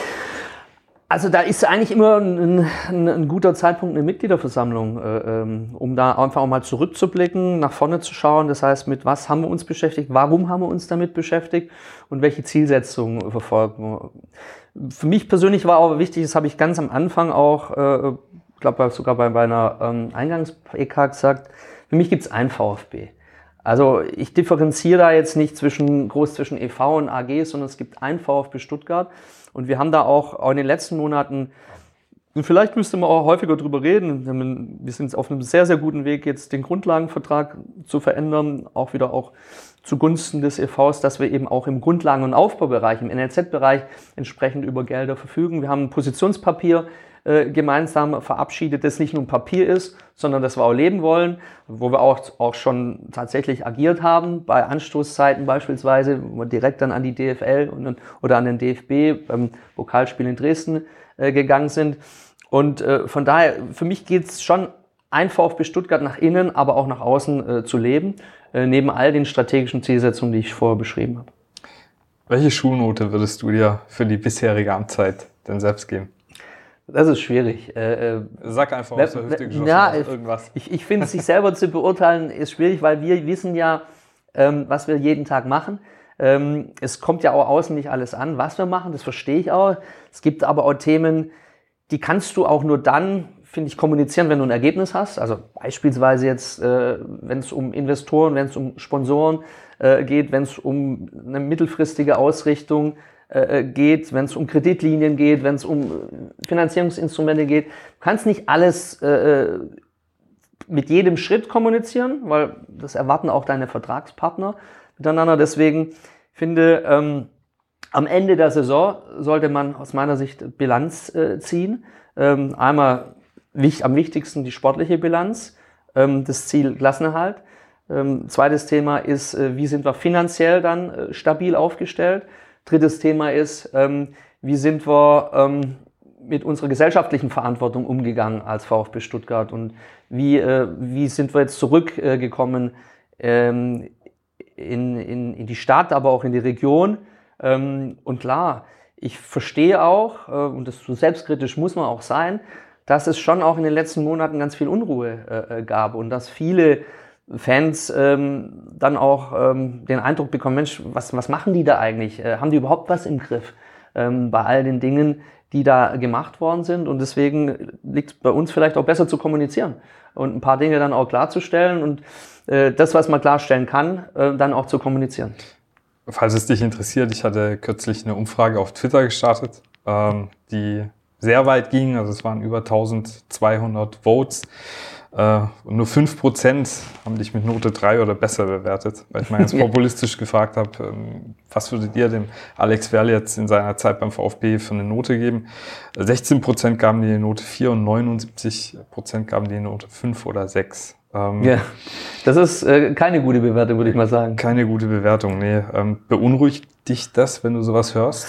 Also da ist eigentlich immer ein, ein, ein guter Zeitpunkt eine Mitgliederversammlung, äh, um da einfach auch mal zurückzublicken, nach vorne zu schauen. Das heißt, mit was haben wir uns beschäftigt, warum haben wir uns damit beschäftigt und welche Zielsetzungen verfolgen wir. Für mich persönlich war auch wichtig, das habe ich ganz am Anfang auch, äh, ich glaube sogar bei, bei einer ähm, Eingangs-E K gesagt, für mich gibt es ein VfB. Also ich differenziere da jetzt nicht zwischen groß zwischen E V und A G, sondern es gibt ein VfB Stuttgart. Und wir haben da auch, auch in den letzten Monaten, und vielleicht müsste man auch häufiger drüber reden, wir sind auf einem sehr, sehr guten Weg, jetzt den Grundlagenvertrag zu verändern, auch wieder auch zugunsten des E Vs, dass wir eben auch im Grundlagen- und Aufbaubereich, im N L Z-Bereich entsprechend über Gelder verfügen. Wir haben ein Positionspapier äh, gemeinsam verabschiedet, das nicht nur ein Papier ist, sondern das wir auch leben wollen, wo wir auch, auch schon tatsächlich agiert haben, bei Anstoßzeiten beispielsweise, wo wir direkt dann an die D F L und, oder an den D F B beim Pokalspiel in Dresden äh, gegangen sind. Und äh, von daher, für mich geht es schon, ein VfB Stuttgart nach innen, aber auch nach außen äh, zu leben, äh, neben all den strategischen Zielsetzungen, die ich vorher beschrieben habe. Welche Schulnote würdest du dir für die bisherige Amtszeit denn selbst geben? Das ist schwierig. Äh, Sag einfach aus der Hüfte geschossen, ja, irgendwas. Ich, ich finde, sich selber zu beurteilen, ist schwierig, weil wir wissen ja, ähm, was wir jeden Tag machen. Ähm, es kommt ja auch außen nicht alles an, was wir machen, das verstehe ich auch. Es gibt aber auch Themen, die kannst du auch nur dann, finde ich, kommunizieren, wenn du ein Ergebnis hast. Also beispielsweise jetzt, äh, wenn es um Investoren, wenn es um Sponsoren äh, geht, wenn es um eine mittelfristige Ausrichtung äh, geht, wenn es um Kreditlinien geht, wenn es um Finanzierungsinstrumente geht. Du kannst nicht alles äh, mit jedem Schritt kommunizieren, weil das erwarten auch deine Vertragspartner miteinander. Deswegen finde, ähm, am Ende der Saison sollte man aus meiner Sicht Bilanz äh, ziehen. Ähm, einmal wichtig, am wichtigsten die sportliche Bilanz, ähm, das Ziel Klassenerhalt. Ähm, zweites Thema ist, äh, wie sind wir finanziell dann äh, stabil aufgestellt. Drittes Thema ist, ähm, wie sind wir ähm, mit unserer gesellschaftlichen Verantwortung umgegangen als VfB Stuttgart und wie, äh, wie sind wir jetzt zurückgekommen äh, ähm, in, in, in die Stadt, aber auch in die Region. Ähm, und klar, ich verstehe auch, äh, und das so selbstkritisch muss man auch sein, dass es schon auch in den letzten Monaten ganz viel Unruhe äh, gab und dass viele Fans ähm, dann auch ähm, den Eindruck bekommen, Mensch, was, was machen die da eigentlich? Äh, haben die überhaupt was im Griff ähm, bei all den Dingen, die da gemacht worden sind? Und deswegen liegt es bei uns vielleicht auch besser zu kommunizieren und ein paar Dinge dann auch klarzustellen und äh, das, was man klarstellen kann, äh, dann auch zu kommunizieren. Falls es dich interessiert, ich hatte kürzlich eine Umfrage auf Twitter gestartet, ähm, die sehr weit ging, also es waren über eintausendzweihundert Votes. Uh, und nur fünf Prozent haben dich mit Note drei oder besser bewertet, weil ich mal ganz populistisch gefragt habe, ähm, was würdet ihr dem Alex Werle jetzt in seiner Zeit beim VfB für eine Note geben? sechzehn Prozent gaben die eine Note vier und neunundsiebzig Prozent gaben die eine Note fünf oder sechs. Ähm, ja, das ist äh, keine gute Bewertung, würde ich mal sagen. Keine gute Bewertung, nee. Ähm, beunruhigt dich das, wenn du sowas hörst?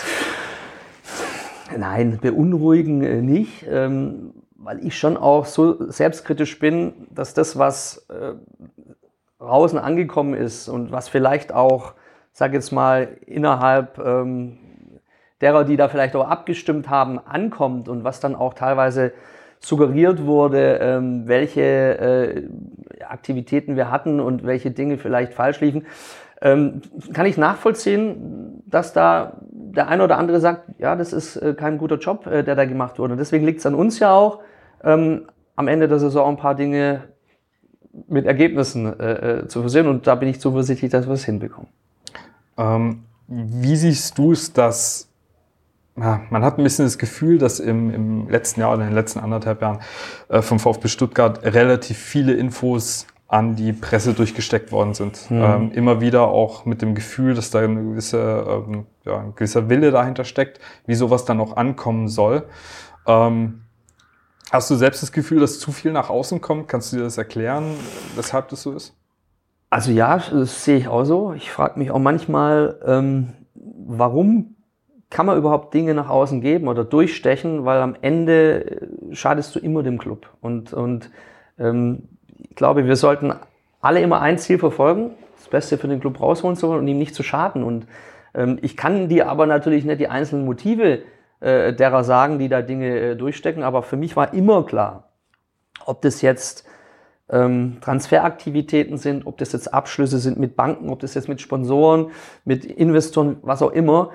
Nein, beunruhigen äh, nicht. Ähm, weil ich schon auch so selbstkritisch bin, dass das, was äh, draußen angekommen ist und was vielleicht auch, sag jetzt mal, innerhalb ähm, derer, die da vielleicht auch abgestimmt haben, ankommt und was dann auch teilweise suggeriert wurde, ähm, welche äh, Aktivitäten wir hatten und welche Dinge vielleicht falsch liefen, ähm, kann ich nachvollziehen, dass da der eine oder andere sagt, ja, das ist äh, kein guter Job, äh, der da gemacht wurde. Und deswegen liegt es an uns ja auch, ähm, am Ende der Saison ein paar Dinge mit Ergebnissen äh, zu versehen. Und da bin ich zuversichtlich, dass wir es hinbekommen. Ähm, wie siehst du es, dass ja, man hat ein bisschen das Gefühl, dass im, im letzten Jahr oder in den letzten anderthalb Jahren äh, vom VfB Stuttgart relativ viele Infos an die Presse durchgesteckt worden sind. Mhm. Ähm, immer wieder auch mit dem Gefühl, dass da eine gewisse, ähm, ja, ein gewisser Wille dahinter steckt, wie sowas dann auch ankommen soll. Ähm, hast du selbst das Gefühl, dass zu viel nach außen kommt? Kannst du dir das erklären, weshalb das so ist? Also ja, das sehe ich auch so. Ich frage mich auch manchmal, ähm, warum kann man überhaupt Dinge nach außen geben oder durchstechen, weil am Ende schadest du immer dem Club. Und, und ähm, ich glaube, wir sollten alle immer ein Ziel verfolgen, das Beste für den Club rausholen zu wollen und ihm nicht zu schaden. Und ähm, ich kann dir aber natürlich nicht die einzelnen Motive äh, derer sagen, die da Dinge äh, durchstecken, aber für mich war immer klar, ob das jetzt ähm, Transferaktivitäten sind, ob das jetzt Abschlüsse sind mit Banken, ob das jetzt mit Sponsoren, mit Investoren, was auch immer.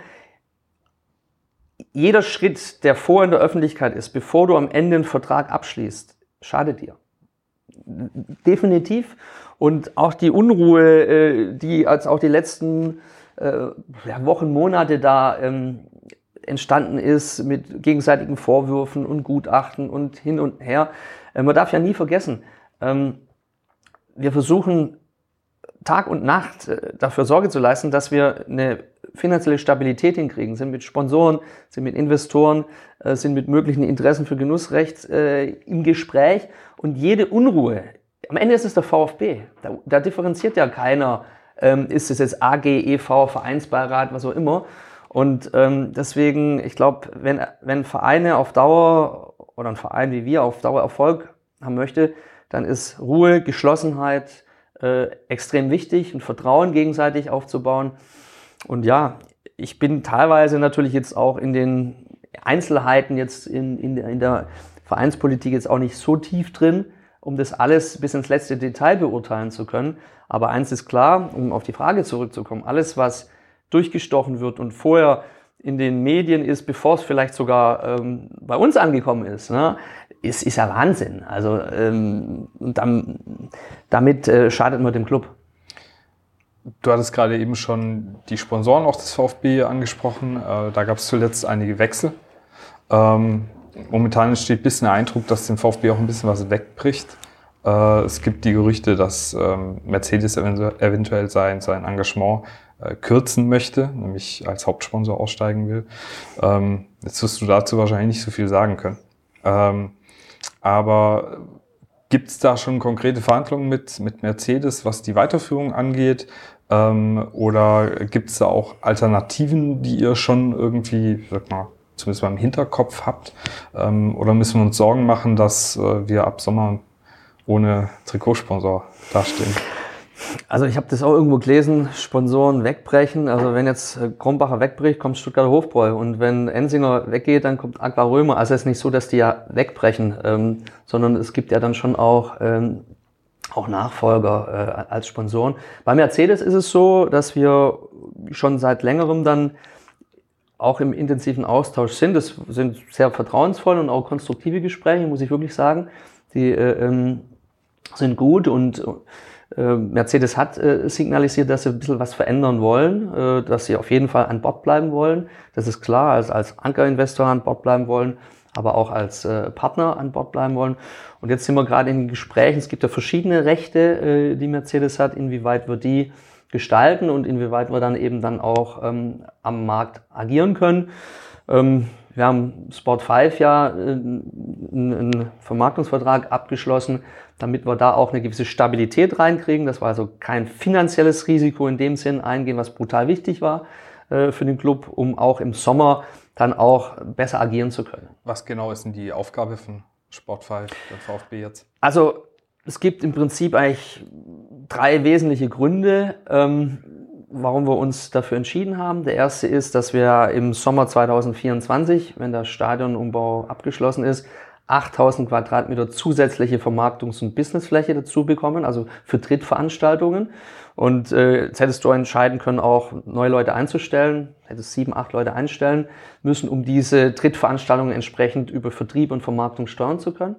Jeder Schritt, der vor in der Öffentlichkeit ist, bevor du am Ende einen Vertrag abschließt, schadet dir. Definitiv. Und auch die Unruhe, die als auch die letzten Wochen, Monate da entstanden ist mit gegenseitigen Vorwürfen und Gutachten und hin und her. Man darf ja nie vergessen, wir versuchen Tag und Nacht dafür Sorge zu leisten, dass wir eine finanzielle Stabilität hinkriegen, sind mit Sponsoren, sind mit Investoren, sind mit möglichen Interessen für Genussrecht äh, im Gespräch und jede Unruhe, am Ende ist es der VfB, da, da differenziert ja keiner, ähm, ist es jetzt A G, E V, Vereinsbeirat, was auch immer und ähm, deswegen, ich glaube, wenn, wenn Vereine auf Dauer oder ein Verein wie wir auf Dauer Erfolg haben möchte, dann ist Ruhe, Geschlossenheit äh, extrem wichtig, ein Vertrauen gegenseitig aufzubauen. Und ja, ich bin teilweise natürlich jetzt auch in den Einzelheiten jetzt in, in, in der Vereinspolitik jetzt auch nicht so tief drin, um das alles bis ins letzte Detail beurteilen zu können. Aber eins ist klar, um auf die Frage zurückzukommen, alles, was durchgestochen wird und vorher in den Medien ist, bevor es vielleicht sogar ähm, bei uns angekommen ist, ne, ist, ist ja Wahnsinn. Also ähm, dann, damit äh, schadet man dem Club. Du hattest gerade eben schon die Sponsoren auch des VfB angesprochen. Äh, da gab es zuletzt einige Wechsel. Ähm, momentan entsteht ein bisschen der Eindruck, dass dem VfB auch ein bisschen was wegbricht. Äh, es gibt die Gerüchte, dass ähm, Mercedes eventu- eventuell sein, sein Engagement äh, kürzen möchte, nämlich als Hauptsponsor aussteigen will. Ähm, jetzt wirst du dazu wahrscheinlich nicht so viel sagen können. Ähm, aber gibt es da schon konkrete Verhandlungen mit, mit Mercedes, was die Weiterführung angeht? Ähm, oder gibt es da auch Alternativen, die ihr schon irgendwie, sag mal, zumindest mal im Hinterkopf habt? Ähm, oder müssen wir uns Sorgen machen, dass äh, wir ab Sommer ohne Trikotsponsor dastehen? Also ich habe das auch irgendwo gelesen, Sponsoren wegbrechen. Also wenn jetzt Krombacher wegbricht, kommt Stuttgarter Hofbräu. Und wenn Ensinger weggeht, dann kommt Aqua Römer. Also es ist nicht so, dass die ja wegbrechen, ähm, sondern es gibt ja dann schon auch, ähm, auch Nachfolger äh, als Sponsoren. Bei Mercedes ist es so, dass wir schon seit längerem dann auch im intensiven Austausch sind. Das sind sehr vertrauensvolle und auch konstruktive Gespräche, muss ich wirklich sagen. Die äh, ähm, sind gut und Mercedes hat äh, signalisiert, dass sie ein bisschen was verändern wollen, äh, dass sie auf jeden Fall an Bord bleiben wollen. Das ist klar, als, als Ankerinvestor an Bord bleiben wollen, aber auch als äh, Partner an Bord bleiben wollen. Und jetzt sind wir gerade in Gesprächen. Es gibt ja verschiedene Rechte, äh, die Mercedes hat, inwieweit wir die gestalten und inwieweit wir dann eben dann auch ähm, am Markt agieren können. Ähm, wir haben Sport fünf ja äh, einen Vermarktungsvertrag abgeschlossen, damit wir da auch eine gewisse Stabilität reinkriegen. Das war also kein finanzielles Risiko in dem Sinn eingehen, was brutal wichtig war äh, für den Club, um auch im Sommer dann auch besser agieren zu können. Was genau ist denn die Aufgabe von Sport fünf, der VfB jetzt? Also es gibt im Prinzip eigentlich drei wesentliche Gründe. Ähm, warum wir uns dafür entschieden haben. Der erste ist, dass wir im Sommer zweitausendvierundzwanzig, wenn der Stadionumbau abgeschlossen ist, achttausend Quadratmeter zusätzliche Vermarktungs- und Businessfläche dazu bekommen, also für Trittveranstaltungen. Und äh, jetzt hättest du entscheiden können, auch neue Leute einzustellen, hättest sieben, acht Leute einstellen müssen, um diese Trittveranstaltungen entsprechend über Vertrieb und Vermarktung steuern zu können.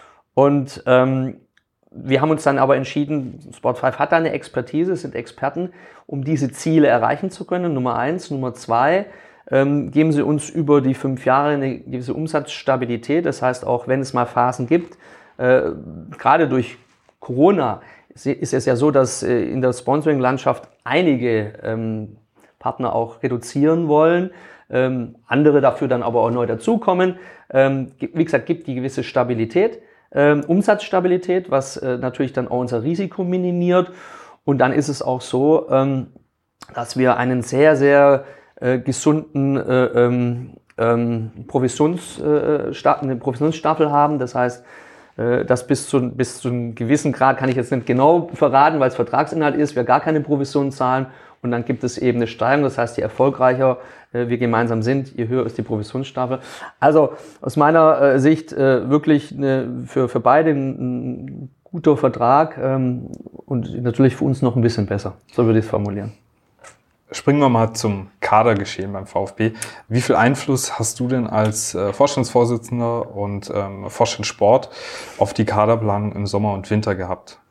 Und ähm, wir haben uns dann aber entschieden, Sport fünf hat da eine Expertise, sind Experten, um diese Ziele erreichen zu können. Nummer eins. Nummer zwei, ähm, geben sie uns über die fünf Jahre eine gewisse Umsatzstabilität. Das heißt, auch wenn es mal Phasen gibt, äh, gerade durch Corona, ist es ja so, dass äh, in der Sponsoring-Landschaft einige ähm, Partner auch reduzieren wollen, ähm, andere dafür dann aber auch neu dazukommen. Ähm, wie gesagt, gibt die gewisse Stabilität. Ähm, Umsatzstabilität, was äh, natürlich dann auch unser Risiko minimiert. Und dann ist es auch so, ähm, dass wir einen sehr, sehr äh, gesunden äh, ähm, ähm, Provisions, äh, eine Provisionsstaffel haben. Das heißt, äh, dass bis zu, bis zu einem gewissen Grad, kann ich jetzt nicht genau verraten, weil es Vertragsinhalt ist, wir gar keine Provision zahlen. Und dann gibt es eben eine Steigerung, das heißt, je erfolgreicher äh, wir gemeinsam sind, je höher ist die Provisionsstaffel. Also aus meiner äh, Sicht äh, wirklich eine, für, für beide ein, ein guter Vertrag ähm, und natürlich für uns noch ein bisschen besser. So würde ich es formulieren. Springen wir mal zum Kadergeschehen beim VfB. Wie viel Einfluss hast du denn als äh, Vorstandsvorsitzender und ähm, Vorstand Sport auf die Kaderplanung im Sommer und Winter gehabt?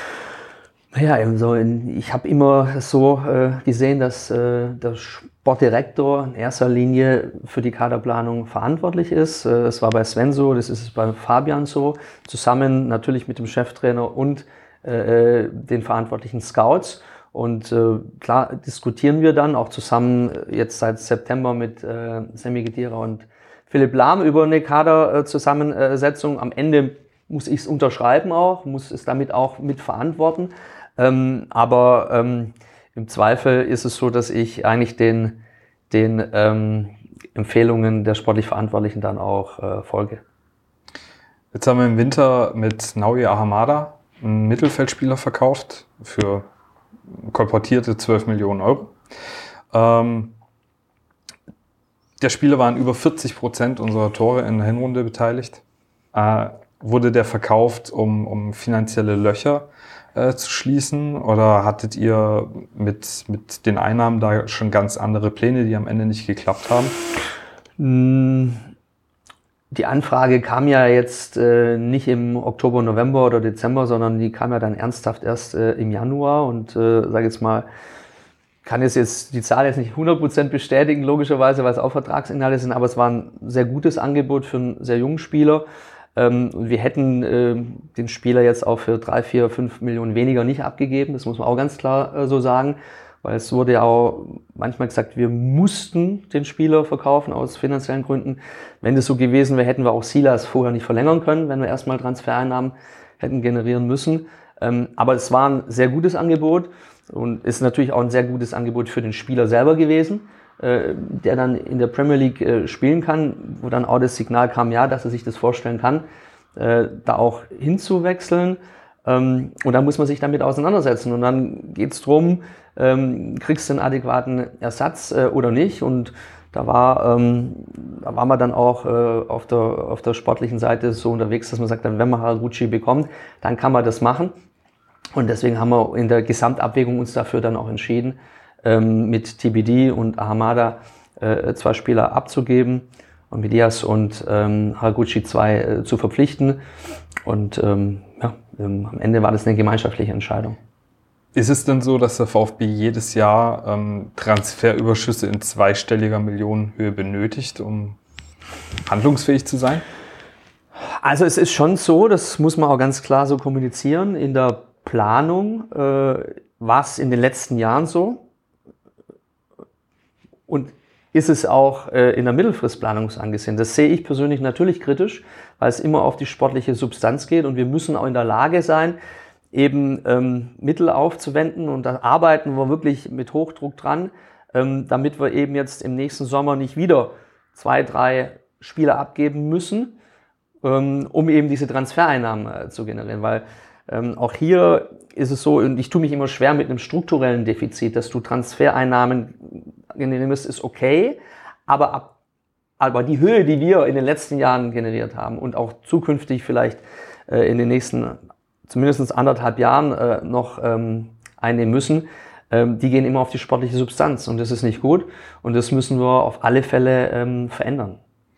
Naja, also ich habe immer so äh, gesehen, dass äh, der Sportdirektor in erster Linie für die Kaderplanung verantwortlich ist. Äh, das war bei Sven so, das ist bei Fabian so, zusammen natürlich mit dem Cheftrainer und äh, den verantwortlichen Scouts. Und äh, klar diskutieren wir dann auch zusammen jetzt seit September mit äh, Sammy Khedira und Philipp Lahm über eine Kaderzusammensetzung. Am Ende muss ich es unterschreiben auch, muss es damit auch mitverantworten. Ähm, aber ähm, im Zweifel ist es so, dass ich eigentlich den, den ähm, Empfehlungen der sportlich Verantwortlichen dann auch äh, folge. Jetzt haben wir im Winter mit Naouye Ahamada einen Mittelfeldspieler verkauft für kolportierte zwölf Millionen Euro. Ähm, der Spieler war an über vierzig Prozent unserer Tore in der Hinrunde beteiligt. Äh, wurde der verkauft, um, um finanzielle Löcher äh, zu schließen? Oder hattet ihr mit, mit den Einnahmen da schon ganz andere Pläne, die am Ende nicht geklappt haben? Die Anfrage kam ja jetzt äh, nicht im Oktober, November oder Dezember, sondern die kam ja dann ernsthaft erst äh, im Januar. Und äh, sage jetzt mal, kann jetzt, jetzt die Zahl jetzt nicht hundert Prozent bestätigen, logischerweise, weil es auch Vertragsinhalte sind, aber es war ein sehr gutes Angebot für einen sehr jungen Spieler. Ähm, wir hätten äh, den Spieler jetzt auch für drei, vier, fünf Millionen weniger nicht abgegeben, das muss man auch ganz klar äh, so sagen, weil es wurde ja auch manchmal gesagt, wir mussten den Spieler verkaufen aus finanziellen Gründen. Wenn das so gewesen wäre, hätten wir auch Silas vorher nicht verlängern können, wenn wir erstmal Transfereinnahmen hätten generieren müssen. Ähm, aber es war ein sehr gutes Angebot und ist natürlich auch ein sehr gutes Angebot für den Spieler selber gewesen, äh, der dann in der Premier League äh, spielen kann, wo dann auch das Signal kam, ja, dass er sich das vorstellen kann, äh, da auch hinzuwechseln. Ähm, und dann muss man sich damit auseinandersetzen. Und dann geht es darum, ähm, kriegst du einen adäquaten Ersatz äh, oder nicht. Und da war, ähm, da waren wir dann auch äh, auf der, auf der sportlichen Seite so unterwegs, dass man sagt, wenn man Haraguchi bekommt, dann kann man das machen. Und deswegen haben wir in der Gesamtabwägung uns dafür dann auch entschieden, ähm, mit T B D und Ahamada äh, zwei Spieler abzugeben und mit Diaz und ähm, Haraguchi zwei äh, zu verpflichten. Und ähm, ja, ähm, am Ende war das eine gemeinschaftliche Entscheidung. Ist es denn so, dass der VfB jedes Jahr ähm, Transferüberschüsse in zweistelliger Millionenhöhe benötigt, um handlungsfähig zu sein? Also es ist schon so, das muss man auch ganz klar so kommunizieren, in der Planung äh, war es in den letzten Jahren so und ist es auch äh, in der Mittelfristplanung angesehen. Das sehe ich persönlich natürlich kritisch, weil es immer auf die sportliche Substanz geht und wir müssen auch in der Lage sein, eben ähm, Mittel aufzuwenden und da arbeiten wir wirklich mit Hochdruck dran, ähm, damit wir eben jetzt im nächsten Sommer nicht wieder zwei, drei Spieler abgeben müssen, ähm, um eben diese Transfereinnahmen äh, zu generieren, weil Ähm, auch hier ist es so, und ich tue mich immer schwer mit einem strukturellen Defizit, dass du Transfereinnahmen generierst, ist okay, aber ab Aber die Höhe, die wir in den letzten Jahren generiert haben und auch zukünftig vielleicht äh, in den nächsten zumindest anderthalb Jahren äh, noch ähm, einnehmen müssen, ähm, die gehen immer auf die sportliche Substanz und das ist nicht gut und das müssen wir auf alle Fälle ähm, verändern.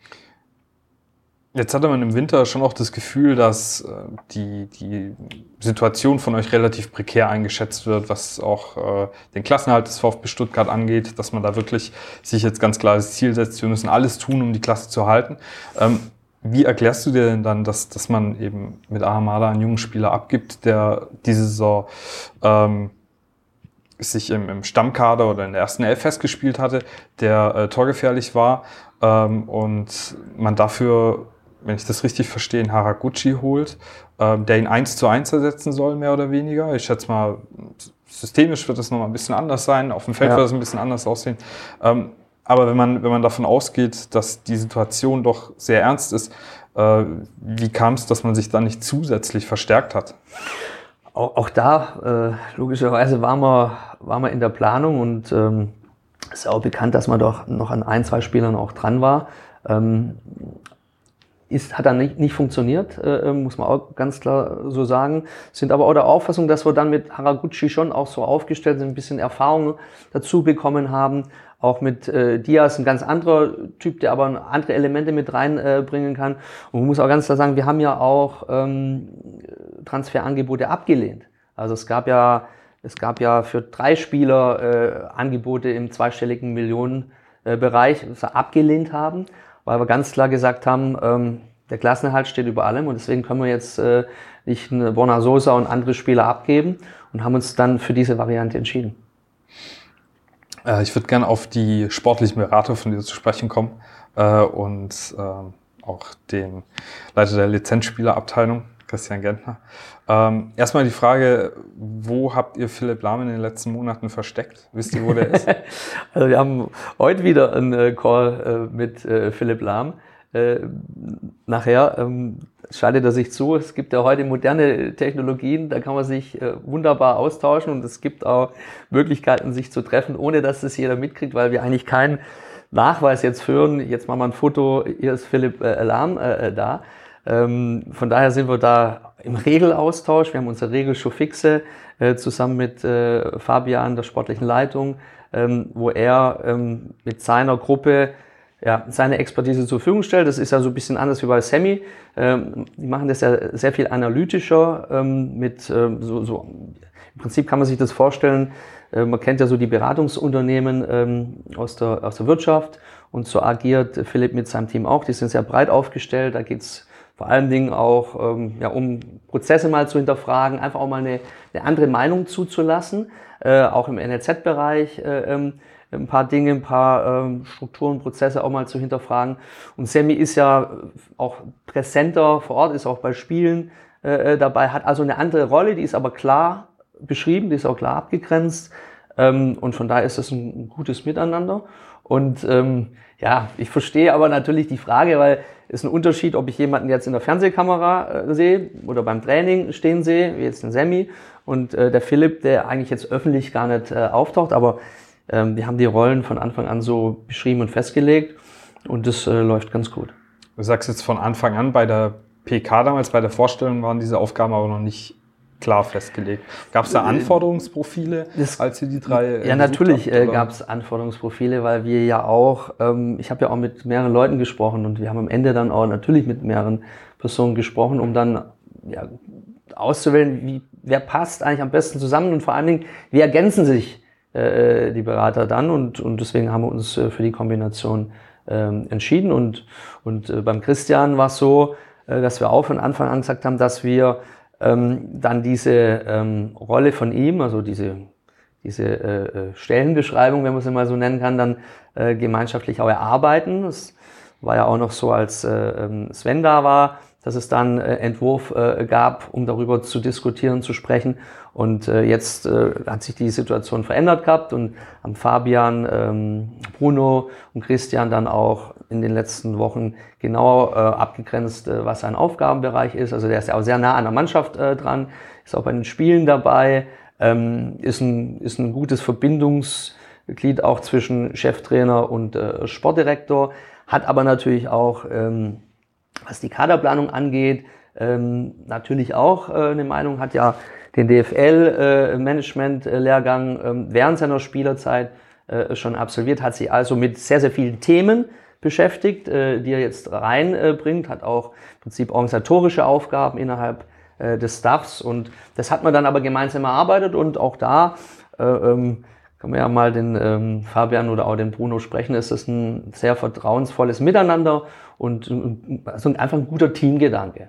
Jetzt hatte man im Winter schon auch das Gefühl, dass äh, die, die Situation von euch relativ prekär eingeschätzt wird, was auch äh, den Klassenerhalt des VfB Stuttgart angeht, dass man da wirklich sich jetzt ganz klar das Ziel setzt, wir müssen alles tun, um die Klasse zu halten. Ähm, wie erklärst du dir denn dann, dass, dass man eben mit Ahamada einen jungen Spieler abgibt, der diese Saison ähm, sich im, im Stammkader oder in der ersten Elf festgespielt hatte, der äh, torgefährlich war ähm, und man dafür, wenn ich das richtig verstehe, einen Haraguchi holt, ähm, der ihn eins zu eins ersetzen soll, mehr oder weniger. Ich schätze mal, systemisch wird das nochmal ein bisschen anders sein, auf dem Feld ja. wird das ein bisschen anders aussehen. Ähm, aber wenn man, wenn man davon ausgeht, dass die Situation doch sehr ernst ist, äh, wie kam es, dass man sich da nicht zusätzlich verstärkt hat? Auch, auch da, äh, logischerweise, waren wir, waren wir in der Planung und ähm, es ist auch bekannt, dass man doch noch an ein, zwei Spielern auch dran war. Ähm, Ist, hat dann nicht, nicht funktioniert, äh, muss man auch ganz klar so sagen. Sind aber auch der Auffassung, dass wir dann mit Haraguchi schon auch so aufgestellt sind, ein bisschen Erfahrung dazu bekommen haben. Auch mit äh, Diaz, ein ganz anderer Typ, der aber andere Elemente mit reinbringen äh, kann. Und man muss auch ganz klar sagen, wir haben ja auch ähm, Transferangebote abgelehnt. Also es gab ja, es gab ja für drei Spieler äh, Angebote im zweistelligen Millionenbereich, was wir abgelehnt haben, weil wir ganz klar gesagt haben, ähm, der Klassenerhalt steht über allem und deswegen können wir jetzt äh, nicht eine Borna Sosa und andere Spieler abgeben und haben uns dann für diese Variante entschieden. Äh, ich würde gerne auf die sportlichen Berater von dir zu sprechen kommen äh, und äh, auch den Leiter der Lizenzspielerabteilung, Christian Gentner. Ähm, erstmal die Frage, wo habt ihr Philipp Lahm in den letzten Monaten versteckt? Wisst ihr, wo der ist? Also wir haben heute wieder einen äh, Call äh, mit äh, Philipp Lahm. Äh, nachher ähm, schaltet er sich zu. Es gibt ja heute moderne Technologien, da kann man sich äh, wunderbar austauschen und es gibt auch Möglichkeiten, sich zu treffen, ohne dass es jeder mitkriegt, weil wir eigentlich keinen Nachweis jetzt führen. Jetzt machen wir ein Foto, hier ist Philipp äh, Lahm äh, da. Ähm, von daher sind wir da im Regelaustausch. Wir haben unsere Regelshow-Fixe äh, zusammen mit äh, Fabian, der sportlichen Leitung, ähm, wo er ähm, mit seiner Gruppe ja, seine Expertise zur Verfügung stellt. Das ist ja so ein bisschen anders wie bei Sammy. Ähm, die machen das ja sehr viel analytischer. Ähm, mit ähm, so, so im Prinzip kann man sich das vorstellen. Äh, man kennt ja so die Beratungsunternehmen ähm, aus der aus der Wirtschaft und so agiert Philipp mit seinem Team auch. Die sind sehr breit aufgestellt. Da geht's vor allen Dingen auch ähm, ja, um Prozesse mal zu hinterfragen, einfach auch mal eine, eine andere Meinung zuzulassen, äh, auch im N L Z-Bereich äh, ähm, ein paar Dinge, ein paar ähm, Strukturen, Prozesse auch mal zu hinterfragen. Und Sammy ist ja auch präsenter vor Ort, ist auch bei Spielen äh, dabei, hat also eine andere Rolle, die ist aber klar beschrieben, die ist auch klar abgegrenzt ähm, und von daher ist das ein, ein gutes Miteinander. Und ähm, ja, ich verstehe aber natürlich die Frage, weil es ist ein Unterschied, ob ich jemanden jetzt in der Fernsehkamera äh, sehe oder beim Training stehen sehe, wie jetzt den Sammy und äh, der Philipp, der eigentlich jetzt öffentlich gar nicht äh, auftaucht, aber ähm, wir haben die Rollen von Anfang an so beschrieben und festgelegt und das äh, läuft ganz gut. Du sagst jetzt von Anfang an, bei der P K damals, bei der Vorstellung waren diese Aufgaben aber noch nicht klar festgelegt. Gab es da Anforderungsprofile, das, als ihr die drei äh, Ja, natürlich äh, gab es Anforderungsprofile, weil wir ja auch, ähm, ich habe ja auch mit mehreren Leuten gesprochen und wir haben am Ende dann auch natürlich mit mehreren Personen gesprochen, um dann ja, auszuwählen, wie, wer passt eigentlich am besten zusammen und vor allen Dingen, wie ergänzen sich äh, die Berater dann und, und deswegen haben wir uns äh, für die Kombination äh, entschieden und, und äh, beim Christian war es so, äh, dass wir auch von Anfang an gesagt haben, dass wir Ähm, dann diese ähm, Rolle von ihm, also diese, diese äh, Stellenbeschreibung, wenn man sie mal so nennen kann, dann äh, gemeinschaftlich auch erarbeiten. Es war ja auch noch so, als äh, Sven da war, dass es dann äh, Entwurf äh, gab, um darüber zu diskutieren, zu sprechen. Und äh, jetzt äh, hat sich die Situation verändert gehabt und haben Fabian, ähm, Bruno und Christian dann auch in den letzten Wochen genau äh, abgegrenzt, äh, was sein Aufgabenbereich ist. Also der ist ja auch sehr nah an der Mannschaft äh, dran, ist auch bei den Spielen dabei, ähm, ist, ein, ist ein gutes Verbindungsglied auch zwischen Cheftrainer und äh, Sportdirektor, hat aber natürlich auch, ähm, was die Kaderplanung angeht, ähm, natürlich auch äh, eine Meinung, hat ja den D F L-Management-Lehrgang äh, äh, während seiner Spielerzeit äh, schon absolviert, hat sich also mit sehr, sehr vielen Themen beschäftigt, äh, die er jetzt reinbringt, äh, hat auch im Prinzip organisatorische Aufgaben innerhalb äh, des Staffs und das hat man dann aber gemeinsam erarbeitet und auch da äh, ähm, kann man ja mal den ähm, Fabian oder auch den Bruno sprechen, ist das ein sehr vertrauensvolles Miteinander und, und also einfach ein guter Teamgedanke.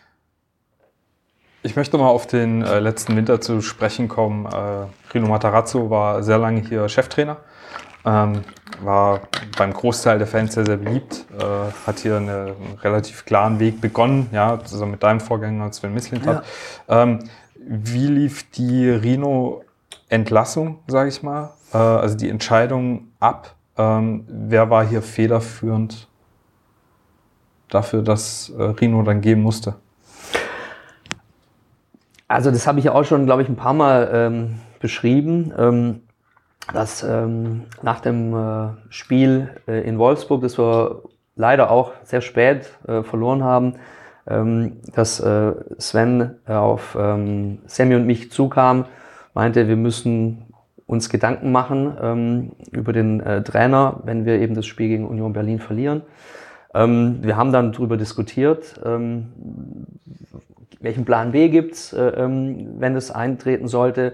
Ich möchte mal auf den äh, letzten Winter zu sprechen kommen. Äh, Rino Matarazzo war sehr lange hier Cheftrainer, ähm, war beim Großteil der Fans sehr, sehr beliebt, äh, hat hier eine, einen relativ klaren Weg begonnen, ja, zusammen mit deinem Vorgänger Sven Mislintat. Ja. Ähm, wie lief die Rino-Entlassung, sage ich mal, äh, also die Entscheidung ab? Ähm, wer war hier federführend dafür, dass äh, Rino dann gehen musste? Also das habe ich ja auch schon, glaube ich, ein paar Mal ähm, beschrieben, ähm, dass ähm, nach dem äh, Spiel äh, in Wolfsburg, das wir leider auch sehr spät äh, verloren haben, ähm, dass äh, Sven äh, auf ähm, Sammy und mich zukam, meinte, wir müssen uns Gedanken machen ähm, über den äh, Trainer, wenn wir eben das Spiel gegen Union Berlin verlieren. Ähm, wir haben dann darüber diskutiert, ähm, welchen Plan B gibt's, äh, ähm, wenn es eintreten sollte.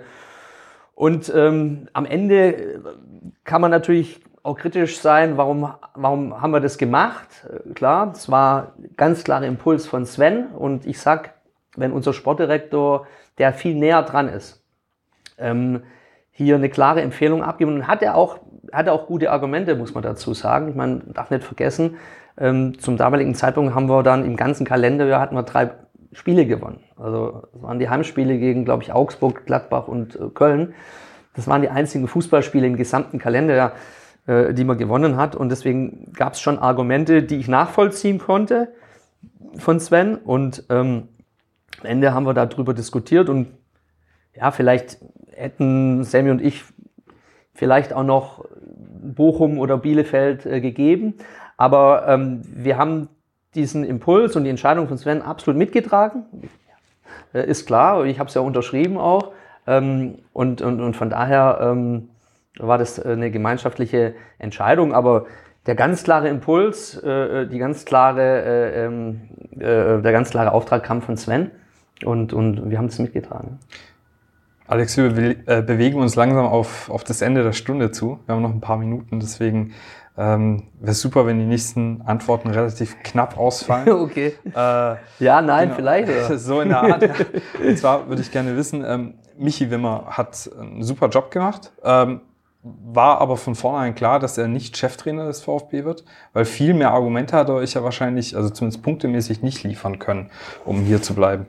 Und ähm, am Ende kann man natürlich auch kritisch sein, warum, warum haben wir das gemacht? Äh, klar, es war ganz klarer Impuls von Sven und ich sag, wenn unser Sportdirektor, der viel näher dran ist, ähm, hier eine klare Empfehlung abgeben, und hat er auch, hat er auch gute Argumente, muss man dazu sagen. Ich meine, man darf nicht vergessen, ähm, zum damaligen Zeitpunkt haben wir dann im ganzen Kalenderjahr hatten wir drei Spiele gewonnen. Also das waren die Heimspiele gegen, glaube ich, Augsburg, Gladbach und äh, Köln. Das waren die einzigen Fußballspiele im gesamten Kalenderjahr, äh, die man gewonnen hat. Und deswegen gab es schon Argumente, die ich nachvollziehen konnte von Sven. Und ähm, am Ende haben wir darüber diskutiert. Und ja, vielleicht hätten Sammy und ich vielleicht auch noch Bochum oder Bielefeld äh, gegeben. Aber ähm, wir haben diesen Impuls und die Entscheidung von Sven absolut mitgetragen. Äh, ist klar, ich habe es ja unterschrieben auch. Ähm, und, und, und von daher ähm, war das eine gemeinschaftliche Entscheidung. Aber der ganz klare Impuls, äh, die ganz klare, äh, äh, der ganz klare Auftrag kam von Sven. Und, und wir haben es mitgetragen. Alex, wir be- äh, bewegen uns langsam auf, auf das Ende der Stunde zu. Wir haben noch ein paar Minuten, deswegen Ähm, wäre super, wenn die nächsten Antworten relativ knapp ausfallen. Okay. Äh, ja, nein, genau, vielleicht. Oder? So in der Art. Ja. Und zwar würde ich gerne wissen, ähm, Michi Wimmer hat einen super Job gemacht, ähm, war aber von vornherein klar, dass er nicht Cheftrainer des VfB wird, weil viel mehr Argumente hat er euch ja wahrscheinlich, also zumindest punktemäßig, nicht liefern können, um hier zu bleiben.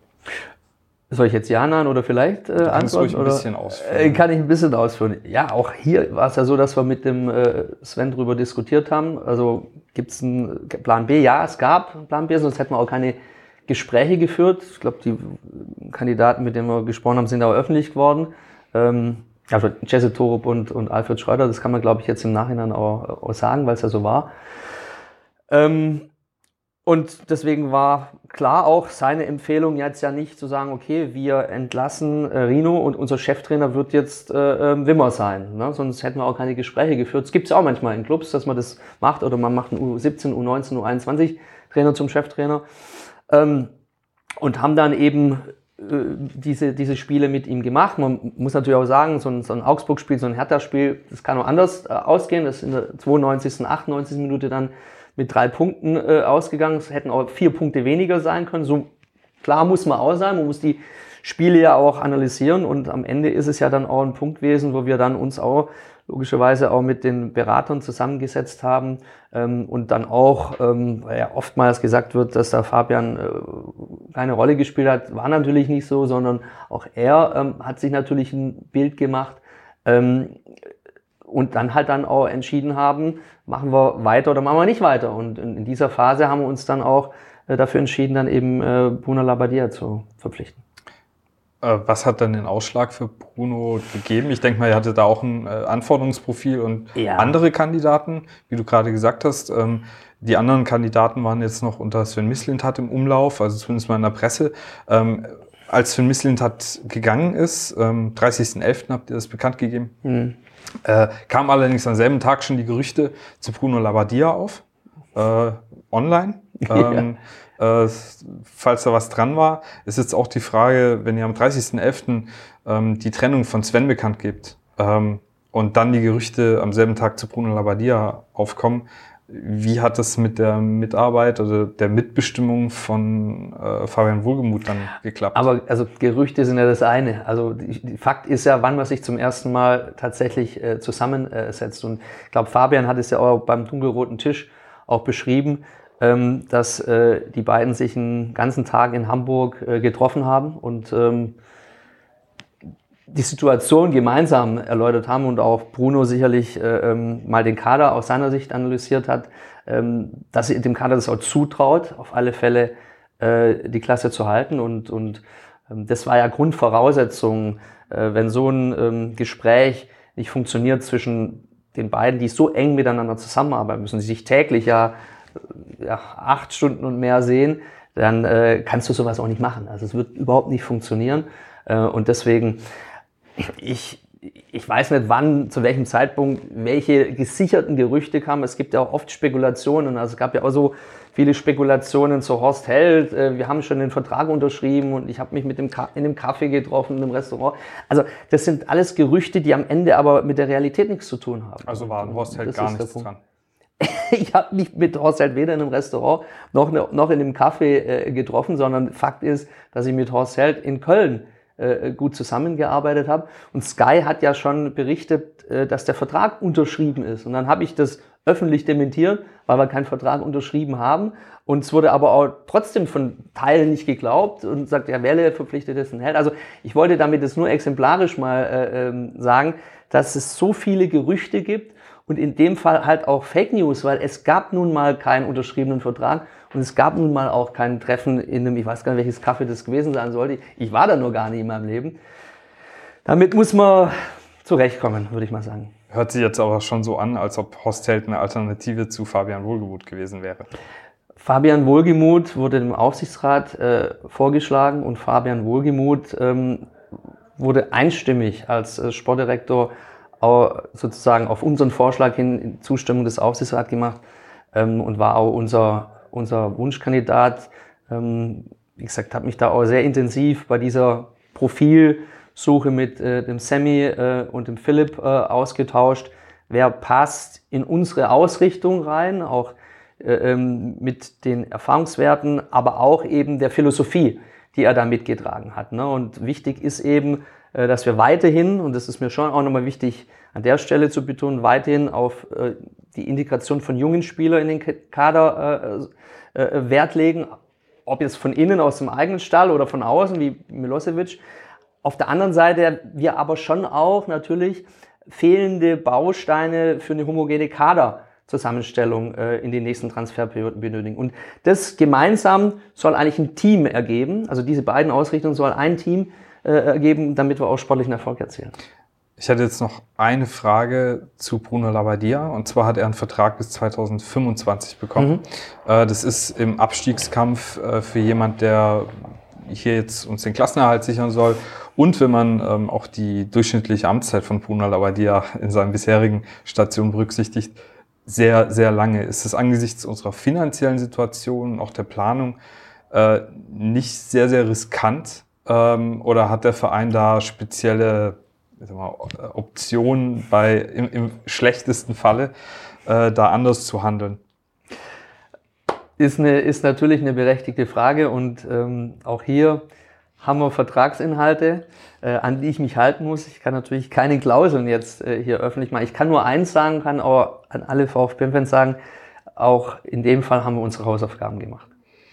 Soll ich jetzt ja, nein oder vielleicht äh, antworten? Ein oder? bisschen ausführen. Äh, kann ich ein bisschen ausführen. Ja, auch hier war es ja so, dass wir mit dem äh, Sven drüber diskutiert haben. Also gibt es einen Plan B? Ja, es gab einen Plan B, sonst hätten wir auch keine Gespräche geführt. Ich glaube, die Kandidaten, mit denen wir gesprochen haben, sind auch öffentlich geworden. Ähm, also Jesse Torup und, und Alfred Schröder, das kann man, glaube ich, jetzt im Nachhinein auch, auch sagen, weil es ja so war. Ähm, Und deswegen war klar auch seine Empfehlung jetzt ja nicht zu sagen, okay, wir entlassen äh, Rino und unser Cheftrainer wird jetzt äh, äh, Wimmer sein. Ne? Sonst hätten wir auch keine Gespräche geführt. Es gibt es auch manchmal in Clubs, dass man das macht oder man macht einen U siebzehn, U neunzehn, U einundzwanzig Trainer zum Cheftrainer ähm, und haben dann eben äh, diese, diese Spiele mit ihm gemacht. Man muss natürlich auch sagen, so ein, so ein Augsburg-Spiel, so ein Hertha-Spiel, das kann auch anders äh, ausgehen. Das ist in der zweiundneunzigsten, achtundneunzigsten Minute dann mit drei Punkten äh, ausgegangen. Es hätten auch vier Punkte weniger sein können. So klar muss man auch sein. Man muss die Spiele ja auch analysieren. Und am Ende ist es ja dann auch ein Punkt gewesen, wo wir dann uns auch logischerweise auch mit den Beratern zusammengesetzt haben. Ähm, und dann auch, ähm, weil ja oftmals gesagt wird, dass da Fabian äh, keine Rolle gespielt hat, war natürlich nicht so, sondern auch er ähm, hat sich natürlich ein Bild gemacht. Ähm, Und dann halt dann auch entschieden haben, machen wir weiter oder machen wir nicht weiter. Und in dieser Phase haben wir uns dann auch dafür entschieden, dann eben Bruno Labbadia zu verpflichten. Was hat dann den Ausschlag für Bruno gegeben? Ich denke mal, er hatte da auch ein Anforderungsprofil und ja. andere Kandidaten, wie du gerade gesagt hast. Die anderen Kandidaten waren jetzt noch unter Sven Mislintat im Umlauf, also zumindest mal in der Presse. Als Sven Mislintat gegangen ist, am dreißigsten elften habt ihr das bekannt gegeben, mhm. äh, kam allerdings am selben Tag schon die Gerüchte zu Bruno Labbadia auf, äh, online. Ja. Ähm, Äh, falls da was dran war, ist jetzt auch die Frage, wenn ihr am dreißigsten elften ähm, die Trennung von Sven bekannt gebt ähm, und dann die Gerüchte am selben Tag zu Bruno Labbadia aufkommen, wie hat das mit der Mitarbeit oder der Mitbestimmung von äh, Fabian Wohlgemuth dann geklappt? Aber also Gerüchte sind ja das eine. Also die, die Fakt ist ja, wann man sich zum ersten Mal tatsächlich äh, zusammensetzt. Und ich glaube, Fabian hat es ja auch beim dunkelroten Tisch auch beschrieben, Ähm, dass äh, die beiden sich einen ganzen Tag in Hamburg äh, getroffen haben und ähm, die Situation gemeinsam erläutert haben und auch Bruno sicherlich äh, ähm, mal den Kader aus seiner Sicht analysiert hat, ähm, dass sie dem Kader das auch zutraut, auf alle Fälle äh, die Klasse zu halten und, und ähm, das war ja Grundvoraussetzung, äh, wenn so ein ähm, Gespräch nicht funktioniert zwischen den beiden, die so eng miteinander zusammenarbeiten müssen, die sich täglich ja Ja, acht Stunden und mehr sehen, dann äh, kannst du sowas auch nicht machen. Also es wird überhaupt nicht funktionieren. Äh, und deswegen, ich, ich weiß nicht wann, zu welchem Zeitpunkt, welche gesicherten Gerüchte kamen. Es gibt ja auch oft Spekulationen. Also es gab ja auch so viele Spekulationen zu Horst Held. Äh, wir haben schon den Vertrag unterschrieben und ich habe mich mit dem Ka- in einem Café getroffen, in einem Restaurant. Also das sind alles Gerüchte, die am Ende aber mit der Realität nichts zu tun haben. Also war an Horst Held gar nichts dran. Ich habe mich mit Horst Held weder in einem Restaurant noch, noch in einem Café äh, getroffen, sondern Fakt ist, dass ich mit Horst Held in Köln äh, gut zusammengearbeitet habe. Und Sky hat ja schon berichtet, äh, dass der Vertrag unterschrieben ist. Und dann habe ich das öffentlich dementiert, weil wir keinen Vertrag unterschrieben haben. Und es wurde aber auch trotzdem von Teilen nicht geglaubt und sagt, ja, Welle verpflichtet ist ein Held. Also ich wollte damit jetzt nur exemplarisch mal äh, ähm, sagen, dass es so viele Gerüchte gibt, und in dem Fall halt auch Fake News, weil es gab nun mal keinen unterschriebenen Vertrag und es gab nun mal auch kein Treffen in einem, ich weiß gar nicht, welches Café das gewesen sein sollte. Ich war da nur gar nicht in meinem Leben. Damit muss man zurechtkommen, würde ich mal sagen. Hört sich jetzt aber schon so an, als ob Horst Held eine Alternative zu Fabian Wohlgemuth gewesen wäre. Fabian Wohlgemuth wurde dem Aufsichtsrat äh, vorgeschlagen und Fabian Wohlgemuth ähm, wurde einstimmig als äh, Sportdirektor auch sozusagen auf unseren Vorschlag hin in Zustimmung des Aufsichtsrats gemacht ähm, und war auch unser, unser Wunschkandidat. Ähm, wie gesagt, habe mich da auch sehr intensiv bei dieser Profilsuche mit äh, dem Sammy äh, und dem Philipp äh, ausgetauscht. Wer passt in unsere Ausrichtung rein, auch äh, ähm, mit den Erfahrungswerten, aber auch eben der Philosophie, die er da mitgetragen hat. Ne? Und wichtig ist eben, dass wir weiterhin, und das ist mir schon auch nochmal wichtig an der Stelle zu betonen, weiterhin auf äh, die Integration von jungen Spielern in den Kader äh, äh, Wert legen, ob jetzt von innen aus dem eigenen Stall oder von außen, wie Milosevic. Auf der anderen Seite wir aber schon auch natürlich fehlende Bausteine für eine homogene Kaderzusammenstellung äh, in den nächsten Transferperioden benötigen. Und das gemeinsam soll eigentlich ein Team ergeben, also diese beiden Ausrichtungen soll ein Team ergeben, damit wir auch sportlichen Erfolg erzielen. Ich hätte jetzt noch eine Frage zu Bruno Labbadia. Und zwar hat er einen Vertrag bis zweitausendfünfundzwanzig bekommen. Mhm. Das ist im Abstiegskampf für jemand, der hier jetzt uns den Klassenerhalt sichern soll. Und wenn man auch die durchschnittliche Amtszeit von Bruno Labbadia in seinen bisherigen Stationen berücksichtigt, sehr, sehr lange. Ist es angesichts unserer finanziellen Situation und auch der Planung nicht sehr, sehr riskant? Oder hat der Verein da spezielle ich sag mal, Optionen, bei, im, im schlechtesten Falle äh, da anders zu handeln? Ist, eine, ist natürlich eine berechtigte Frage und ähm, auch hier haben wir Vertragsinhalte, äh, an die ich mich halten muss. Ich kann natürlich keine Klauseln jetzt äh, hier öffentlich machen. Ich kann nur eins sagen, kann auch an alle VfB-Fans sagen, auch in dem Fall haben wir unsere Hausaufgaben gemacht.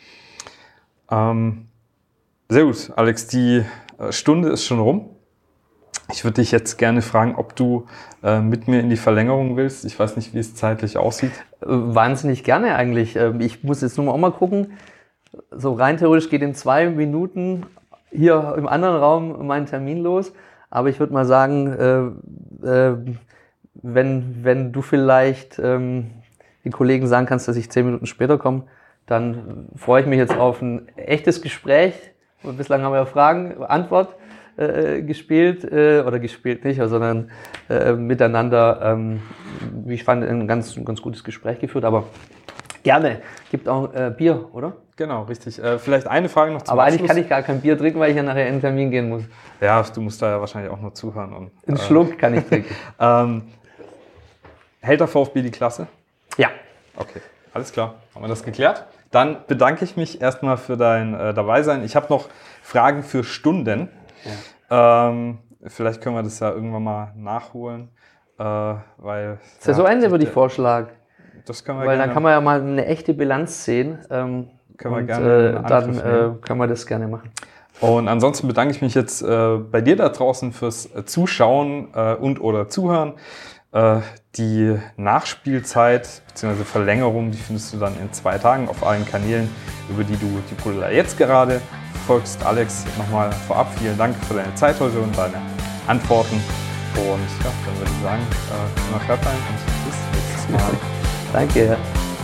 Ähm, sehr gut, Alex, die äh, Stunde ist schon rum. Ich würde dich jetzt gerne fragen, ob du äh, mit mir in die Verlängerung willst. Ich weiß nicht, wie es zeitlich aussieht. Wahnsinnig gerne eigentlich. Ich muss jetzt nur mal, auch mal gucken. So rein theoretisch geht in zwei Minuten hier im anderen Raum meinen Termin los. Aber ich würde mal sagen, äh, äh, wenn, wenn du vielleicht ähm, den Kollegen sagen kannst, dass ich zehn Minuten später komme, dann freue ich mich jetzt auf ein echtes Gespräch. Und bislang haben wir ja Fragen, Antwort äh, gespielt, äh, oder gespielt nicht, sondern äh, miteinander, ähm, wie ich fand, ein ganz, ein ganz gutes Gespräch geführt. Aber gerne. Gibt auch äh, Bier, oder? Genau, richtig. Äh, vielleicht eine Frage noch zum Aber Abschluss. eigentlich kann ich gar kein Bier trinken, weil ich ja nachher in den Termin gehen muss. Ja, du musst da ja wahrscheinlich auch nur zuhören. Und, Einen äh, Schluck kann ich trinken. ähm, hält der VfB die Klasse? Ja. Okay, alles klar. Haben wir das geklärt? Dann bedanke ich mich erstmal für dein äh, Dabeisein. Ich habe noch Fragen für Stunden. Ja. Ähm, vielleicht können wir das ja irgendwann mal nachholen. Äh, weil, das ist ja so Ende, würde ich vorschlagen. Das können wir Weil gerne. dann kann man ja mal eine echte Bilanz sehen. Ähm, können wir und, gerne äh, dann äh, können wir das gerne machen. Und ansonsten bedanke ich mich jetzt äh, bei dir da draußen fürs äh, Zuschauen äh, und oder Zuhören. Äh, die Nachspielzeit bzw. Verlängerung, die findest du dann in zwei Tagen auf allen Kanälen, über die du die Brüder jetzt gerade verfolgst. Alex, nochmal vorab vielen Dank für deine Zeit heute und deine Antworten. Und ja, dann würde ich sagen, äh, immer Körper und bis nächstes Mal. Danke.